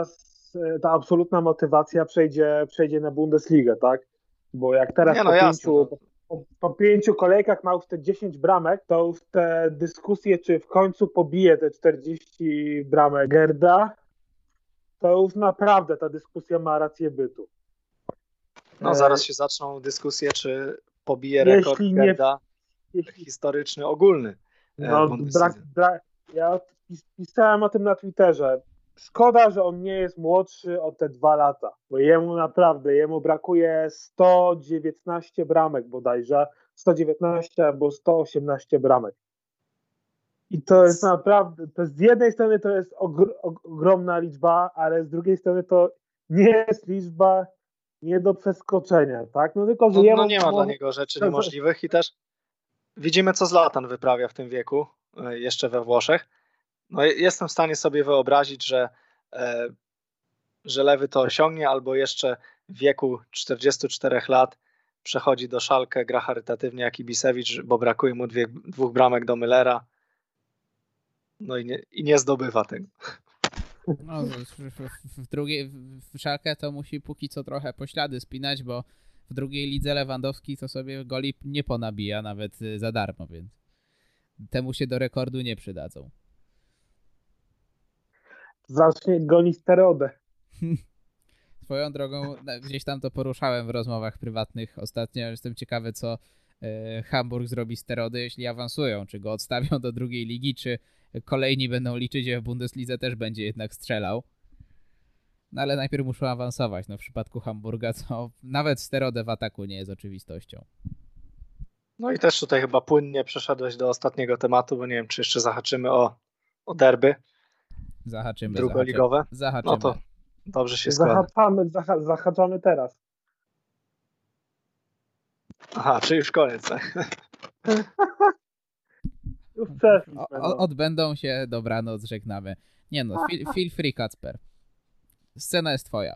ta absolutna motywacja przejdzie, przejdzie na Bundesligę, tak? Bo jak teraz Nie, no po, jasne, pięciu, no. po, po pięciu kolejkach ma już te dziesięć bramek, to już te dyskusje, czy w końcu pobije te czterdzieści bramek Gerda, to już naprawdę ta dyskusja ma rację bytu. No zaraz się zaczną dyskusje, czy pobije Jeśli rekord nie- Gerda Jeśli, historyczny, ogólny e, no, w Bundeslidze. brak, brak, ja pis, pisałem o tym na Twitterze. Szkoda, że on nie jest młodszy o te dwa lata, bo jemu naprawdę, jemu brakuje sto dziewiętnaście bramek bodajże, sto dziewiętnaście albo sto osiemnaście bramek. I to jest naprawdę, to z jednej strony to jest ogr, ogromna liczba, ale z drugiej strony to nie jest liczba nie do przeskoczenia, tak? No tylko, że No, jemu no nie ma mo- dla niego rzeczy to- niemożliwych i też widzimy, co Zlatan wyprawia w tym wieku, e, jeszcze we Włoszech. No, je- jestem w stanie sobie wyobrazić, że, e, że Lewy to osiągnie, albo jeszcze w wieku czterdziestu czterech lat przechodzi do Schalke, gra charytatywnie jak Ibisewicz, bo brakuje mu dwie, dwóch bramek do Müllera. No i nie, i nie zdobywa tego. No, w, w, w drugiej, w Schalke to musi póki co trochę poślady spinać, bo w drugiej lidze Lewandowski to sobie goli nie ponabija nawet y, za darmo, więc temu się do rekordu nie przydadzą. zacznie gonić sterodę. Swoją drogą, na- gdzieś tam to poruszałem w rozmowach prywatnych ostatnio. Jestem ciekawy, co e, Hamburg zrobi z Terody, jeśli awansują. Czy go odstawią do drugiej ligi, czy kolejni będą liczyć, że w Bundeslidze też będzie jednak strzelał. No ale najpierw muszą awansować. No w przypadku Hamburga to nawet Sterodę w ataku nie jest oczywistością. No i też tutaj chyba płynnie przeszedłeś do ostatniego tematu, bo nie wiem, czy jeszcze zahaczymy o, o derby Zahaczymy, drugoligowe. zahaczymy. Zahaczymy. No to dobrze się składa. Zahaczamy, zaha, zahaczamy teraz. Aha, czy już koniec. Tak? Już przeszliśmy. O, No. o, odbędą się, dobranoc, żegnamy. Nie no, feel, feel free, Kacper. Scena jest twoja.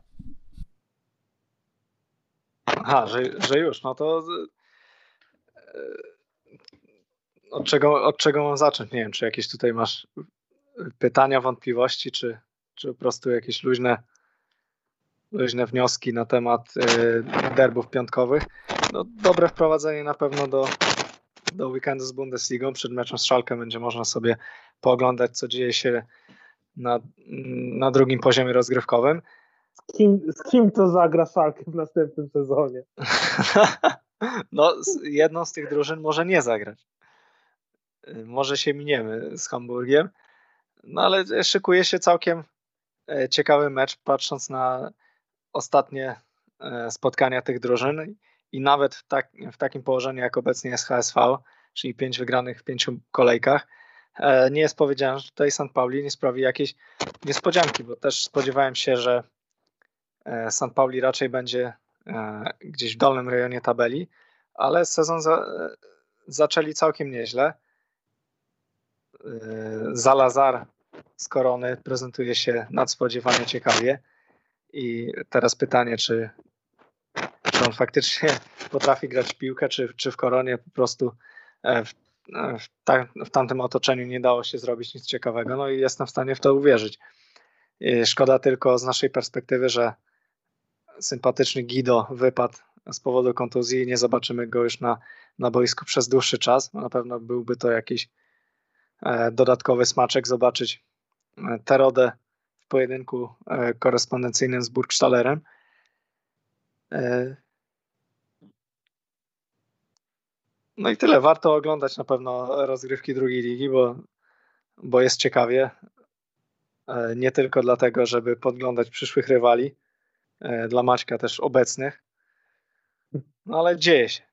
Aha, że, że już, no to e, od czego, od czego mam zacząć? Nie wiem, czy jakieś tutaj masz pytania, wątpliwości, czy, czy po prostu jakieś luźne, luźne wnioski na temat e, derbów piątkowych. No, dobre wprowadzenie na pewno do, do weekendu z Bundesligą. Przed meczem z Schalke będzie można sobie pooglądać, co dzieje się na, na drugim poziomie rozgrywkowym. Z kim, z kim to zagra Schalke w następnym sezonie? No, jedną z tych drużyn może nie zagrać. Może się miniemy z Hamburgiem, no ale szykuje się całkiem ciekawy mecz, patrząc na ostatnie spotkania tych drużyn i nawet w, tak, w takim położeniu, jak obecnie jest H S V, czyli pięć wygranych w pięciu kolejkach, nie jest powiedziane, że tutaj San Pauli nie sprawi jakiejś niespodzianki, bo też spodziewałem się, że San Pauli raczej będzie gdzieś w dolnym rejonie tabeli, ale sezon za, zaczęli całkiem nieźle. Zalazar z Korony prezentuje się nadspodziewanie ciekawie i teraz pytanie, czy, czy on faktycznie potrafi grać w piłkę, czy, czy w Koronie po prostu w, w, ta, w tamtym otoczeniu nie dało się zrobić nic ciekawego, no i jestem w stanie w to uwierzyć. Szkoda tylko z naszej perspektywy, że sympatyczny Guido wypadł z powodu kontuzji i nie zobaczymy go już na, na boisku przez dłuższy czas. Na pewno byłby to jakiś e, dodatkowy smaczek zobaczyć e, Terodę w pojedynku e, korespondencyjnym z Burgstalerem. E, no i tyle. Warto oglądać na pewno rozgrywki drugiej ligi, bo, bo jest ciekawie. E, nie tylko dlatego, żeby podglądać przyszłych rywali, e, dla Maćka też obecnych, no ale dzieje się.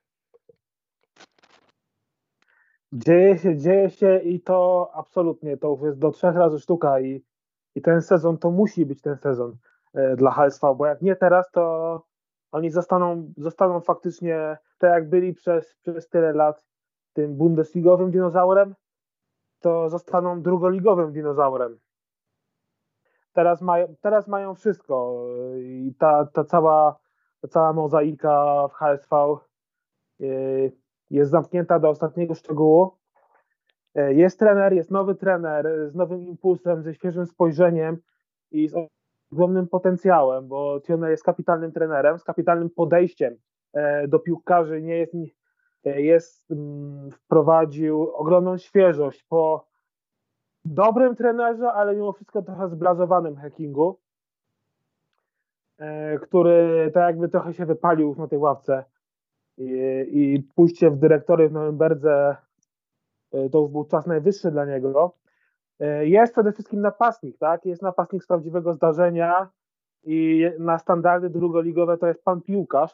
Dzieje się, dzieje się i to absolutnie, to już jest do trzech razy sztuka i, i ten sezon to musi być ten sezon e, dla H S V, bo jak nie teraz, to oni zostaną, zostaną faktycznie tak jak byli przez, przez tyle lat tym bundesligowym dinozaurem, to zostaną drugoligowym dinozaurem. Teraz mają, teraz mają wszystko i ta, ta, cała, ta cała mozaika w H S V yy, jest zamknięta do ostatniego szczegółu. Jest trener, jest nowy trener z nowym impulsem, ze świeżym spojrzeniem i z ogromnym potencjałem, bo trener jest kapitalnym trenerem, z kapitalnym podejściem do piłkarzy, nie jest, jest wprowadził ogromną świeżość po dobrym trenerze, ale mimo wszystko trochę zblazowanym Hackingu, który tak jakby trochę się wypalił na tej ławce i, i pójście w dyrektory w Norymberdze to już był czas najwyższy dla niego. Jest przede wszystkim napastnik, tak? Jest napastnik z prawdziwego zdarzenia i na standardy drugoligowe to jest pan piłkarz.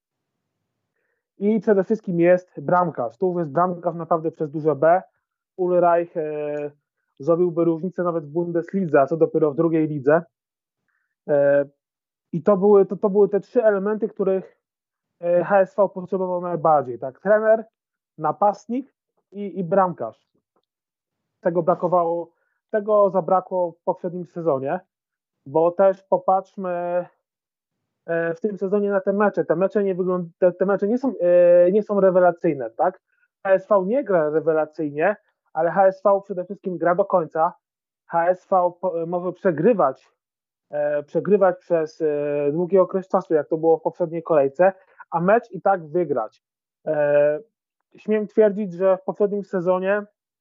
I przede wszystkim jest bramkarz. Tu jest bramkarz naprawdę przez duże B. Ulreich e, zrobiłby różnicę nawet w Bundeslidze, a co dopiero w drugiej lidze. E, I to były, to, to były te trzy elementy, których H S V potrzebował najbardziej. Tak? Trener, napastnik i, i bramkarz. Tego brakowało, tego zabrakło w poprzednim sezonie, bo też popatrzmy w tym sezonie na te mecze. Te mecze nie wygląda, te, te mecze nie są, nie są rewelacyjne, tak? H S V nie gra rewelacyjnie, ale H S V przede wszystkim gra do końca. H S V może przegrywać, przegrywać przez długi okres czasu, jak to było w poprzedniej kolejce, a mecz i tak wygrać. Śmiem twierdzić, że w poprzednim sezonie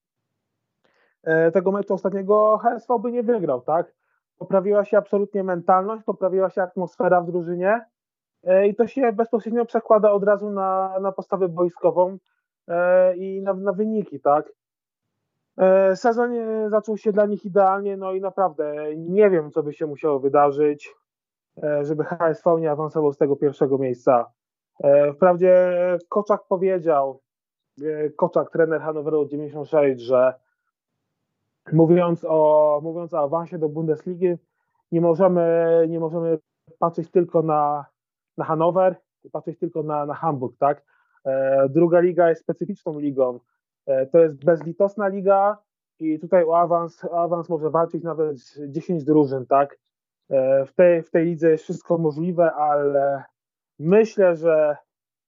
tego meczu ostatniego H S V by nie wygrał, tak? Poprawiła się absolutnie mentalność, poprawiła się atmosfera w drużynie i to się bezpośrednio przekłada od razu na, na postawę boiskową i na, na wyniki, tak? Sezon zaczął się dla nich idealnie, no i naprawdę nie wiem, co by się musiało wydarzyć, żeby H S V nie awansował z tego pierwszego miejsca. Wprawdzie Koczak powiedział, Koczak, trener Hannoweru dziewięćdziesiąt sześć, że Mówiąc o, mówiąc o awansie do Bundesligi, nie możemy, nie możemy patrzeć tylko na, na Hannower, patrzeć tylko na, na Hamburg, tak? E, druga liga jest specyficzną ligą. E, to jest bezlitosna liga i tutaj o awans, o awans może walczyć nawet dziesięć drużyn, tak? E, w, tej, w tej lidze jest wszystko możliwe, ale myślę, że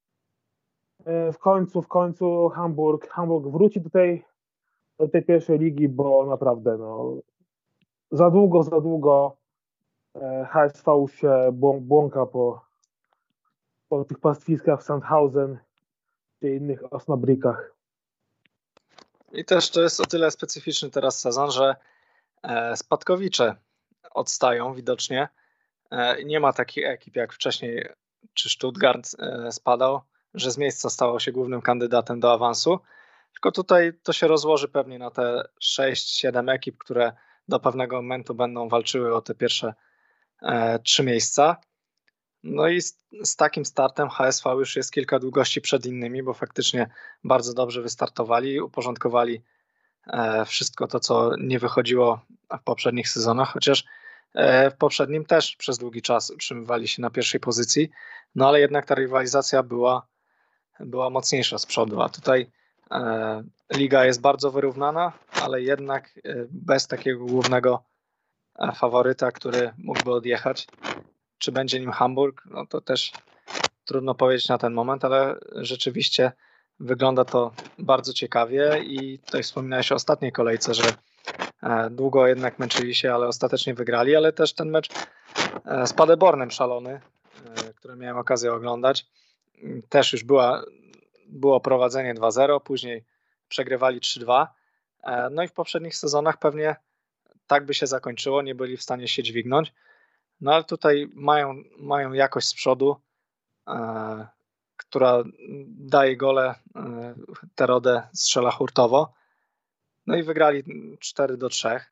w końcu, w końcu Hamburg, Hamburg wróci do tej do tej pierwszej ligi, bo naprawdę no, za długo, za długo H S V się błąka po, po tych pastwiskach w Sandhausen czy innych Osnabrykach. I też to jest o tyle specyficzny teraz sezon, że spadkowicze odstają widocznie. Nie ma takich ekip jak wcześniej, czy Stuttgart spadał, że z miejsca stało się głównym kandydatem do awansu. Tylko tutaj to się rozłoży pewnie na te sześć siedem ekip, które do pewnego momentu będą walczyły o te pierwsze e, trzy miejsca. No i z, z takim startem H S V już jest kilka długości przed innymi, bo faktycznie bardzo dobrze wystartowali, uporządkowali e, wszystko to, co nie wychodziło w poprzednich sezonach, chociaż e, w poprzednim też przez długi czas utrzymywali się na pierwszej pozycji, no ale jednak ta rywalizacja była, była mocniejsza z przodu, a tutaj liga jest bardzo wyrównana, ale jednak bez takiego głównego faworyta, który mógłby odjechać. Czy będzie nim Hamburg? No to też trudno powiedzieć na ten moment, ale rzeczywiście wygląda to bardzo ciekawie i tutaj wspominałeś o ostatniej kolejce, że długo jednak męczyli się, ale ostatecznie wygrali, ale też ten mecz z Paderbornem szalony, który miałem okazję oglądać, też już była było prowadzenie dwa zero, później przegrywali trzy dwa. No i w poprzednich sezonach pewnie tak by się zakończyło, nie byli w stanie się dźwignąć. No ale tutaj mają, mają jakość z przodu, e, która daje gole, e, Terodde strzela hurtowo. No i wygrali cztery do trzech.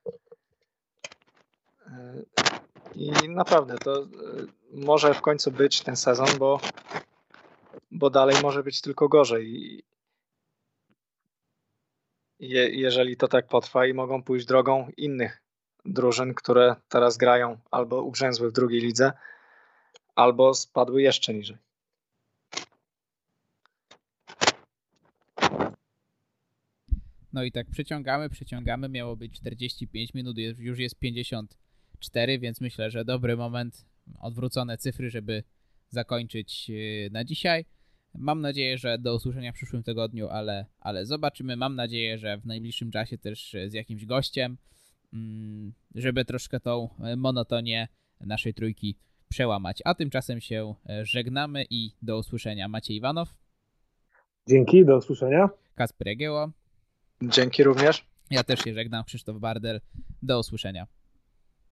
E, I naprawdę to e, może w końcu być ten sezon, bo bo dalej może być tylko gorzej. Je, jeżeli to tak potrwa i mogą pójść drogą innych drużyn, które teraz grają albo ugrzęzły w drugiej lidze, albo spadły jeszcze niżej. No i tak przeciągamy, przeciągamy, miało być czterdzieści pięć minut, już jest pięćdziesiąt cztery, więc myślę, że dobry moment, odwrócone cyfry, żeby zakończyć na dzisiaj. Mam nadzieję, że do usłyszenia w przyszłym tygodniu, ale, ale zobaczymy. Mam nadzieję, że w najbliższym czasie też z jakimś gościem, żeby troszkę tą monotonię naszej trójki przełamać. A tymczasem się żegnamy i do usłyszenia. Maciej Iwanow. Dzięki, do usłyszenia. Kacper Jagiełło. Dzięki również. Ja też się żegnam, Krzysztof Bardel. Do usłyszenia.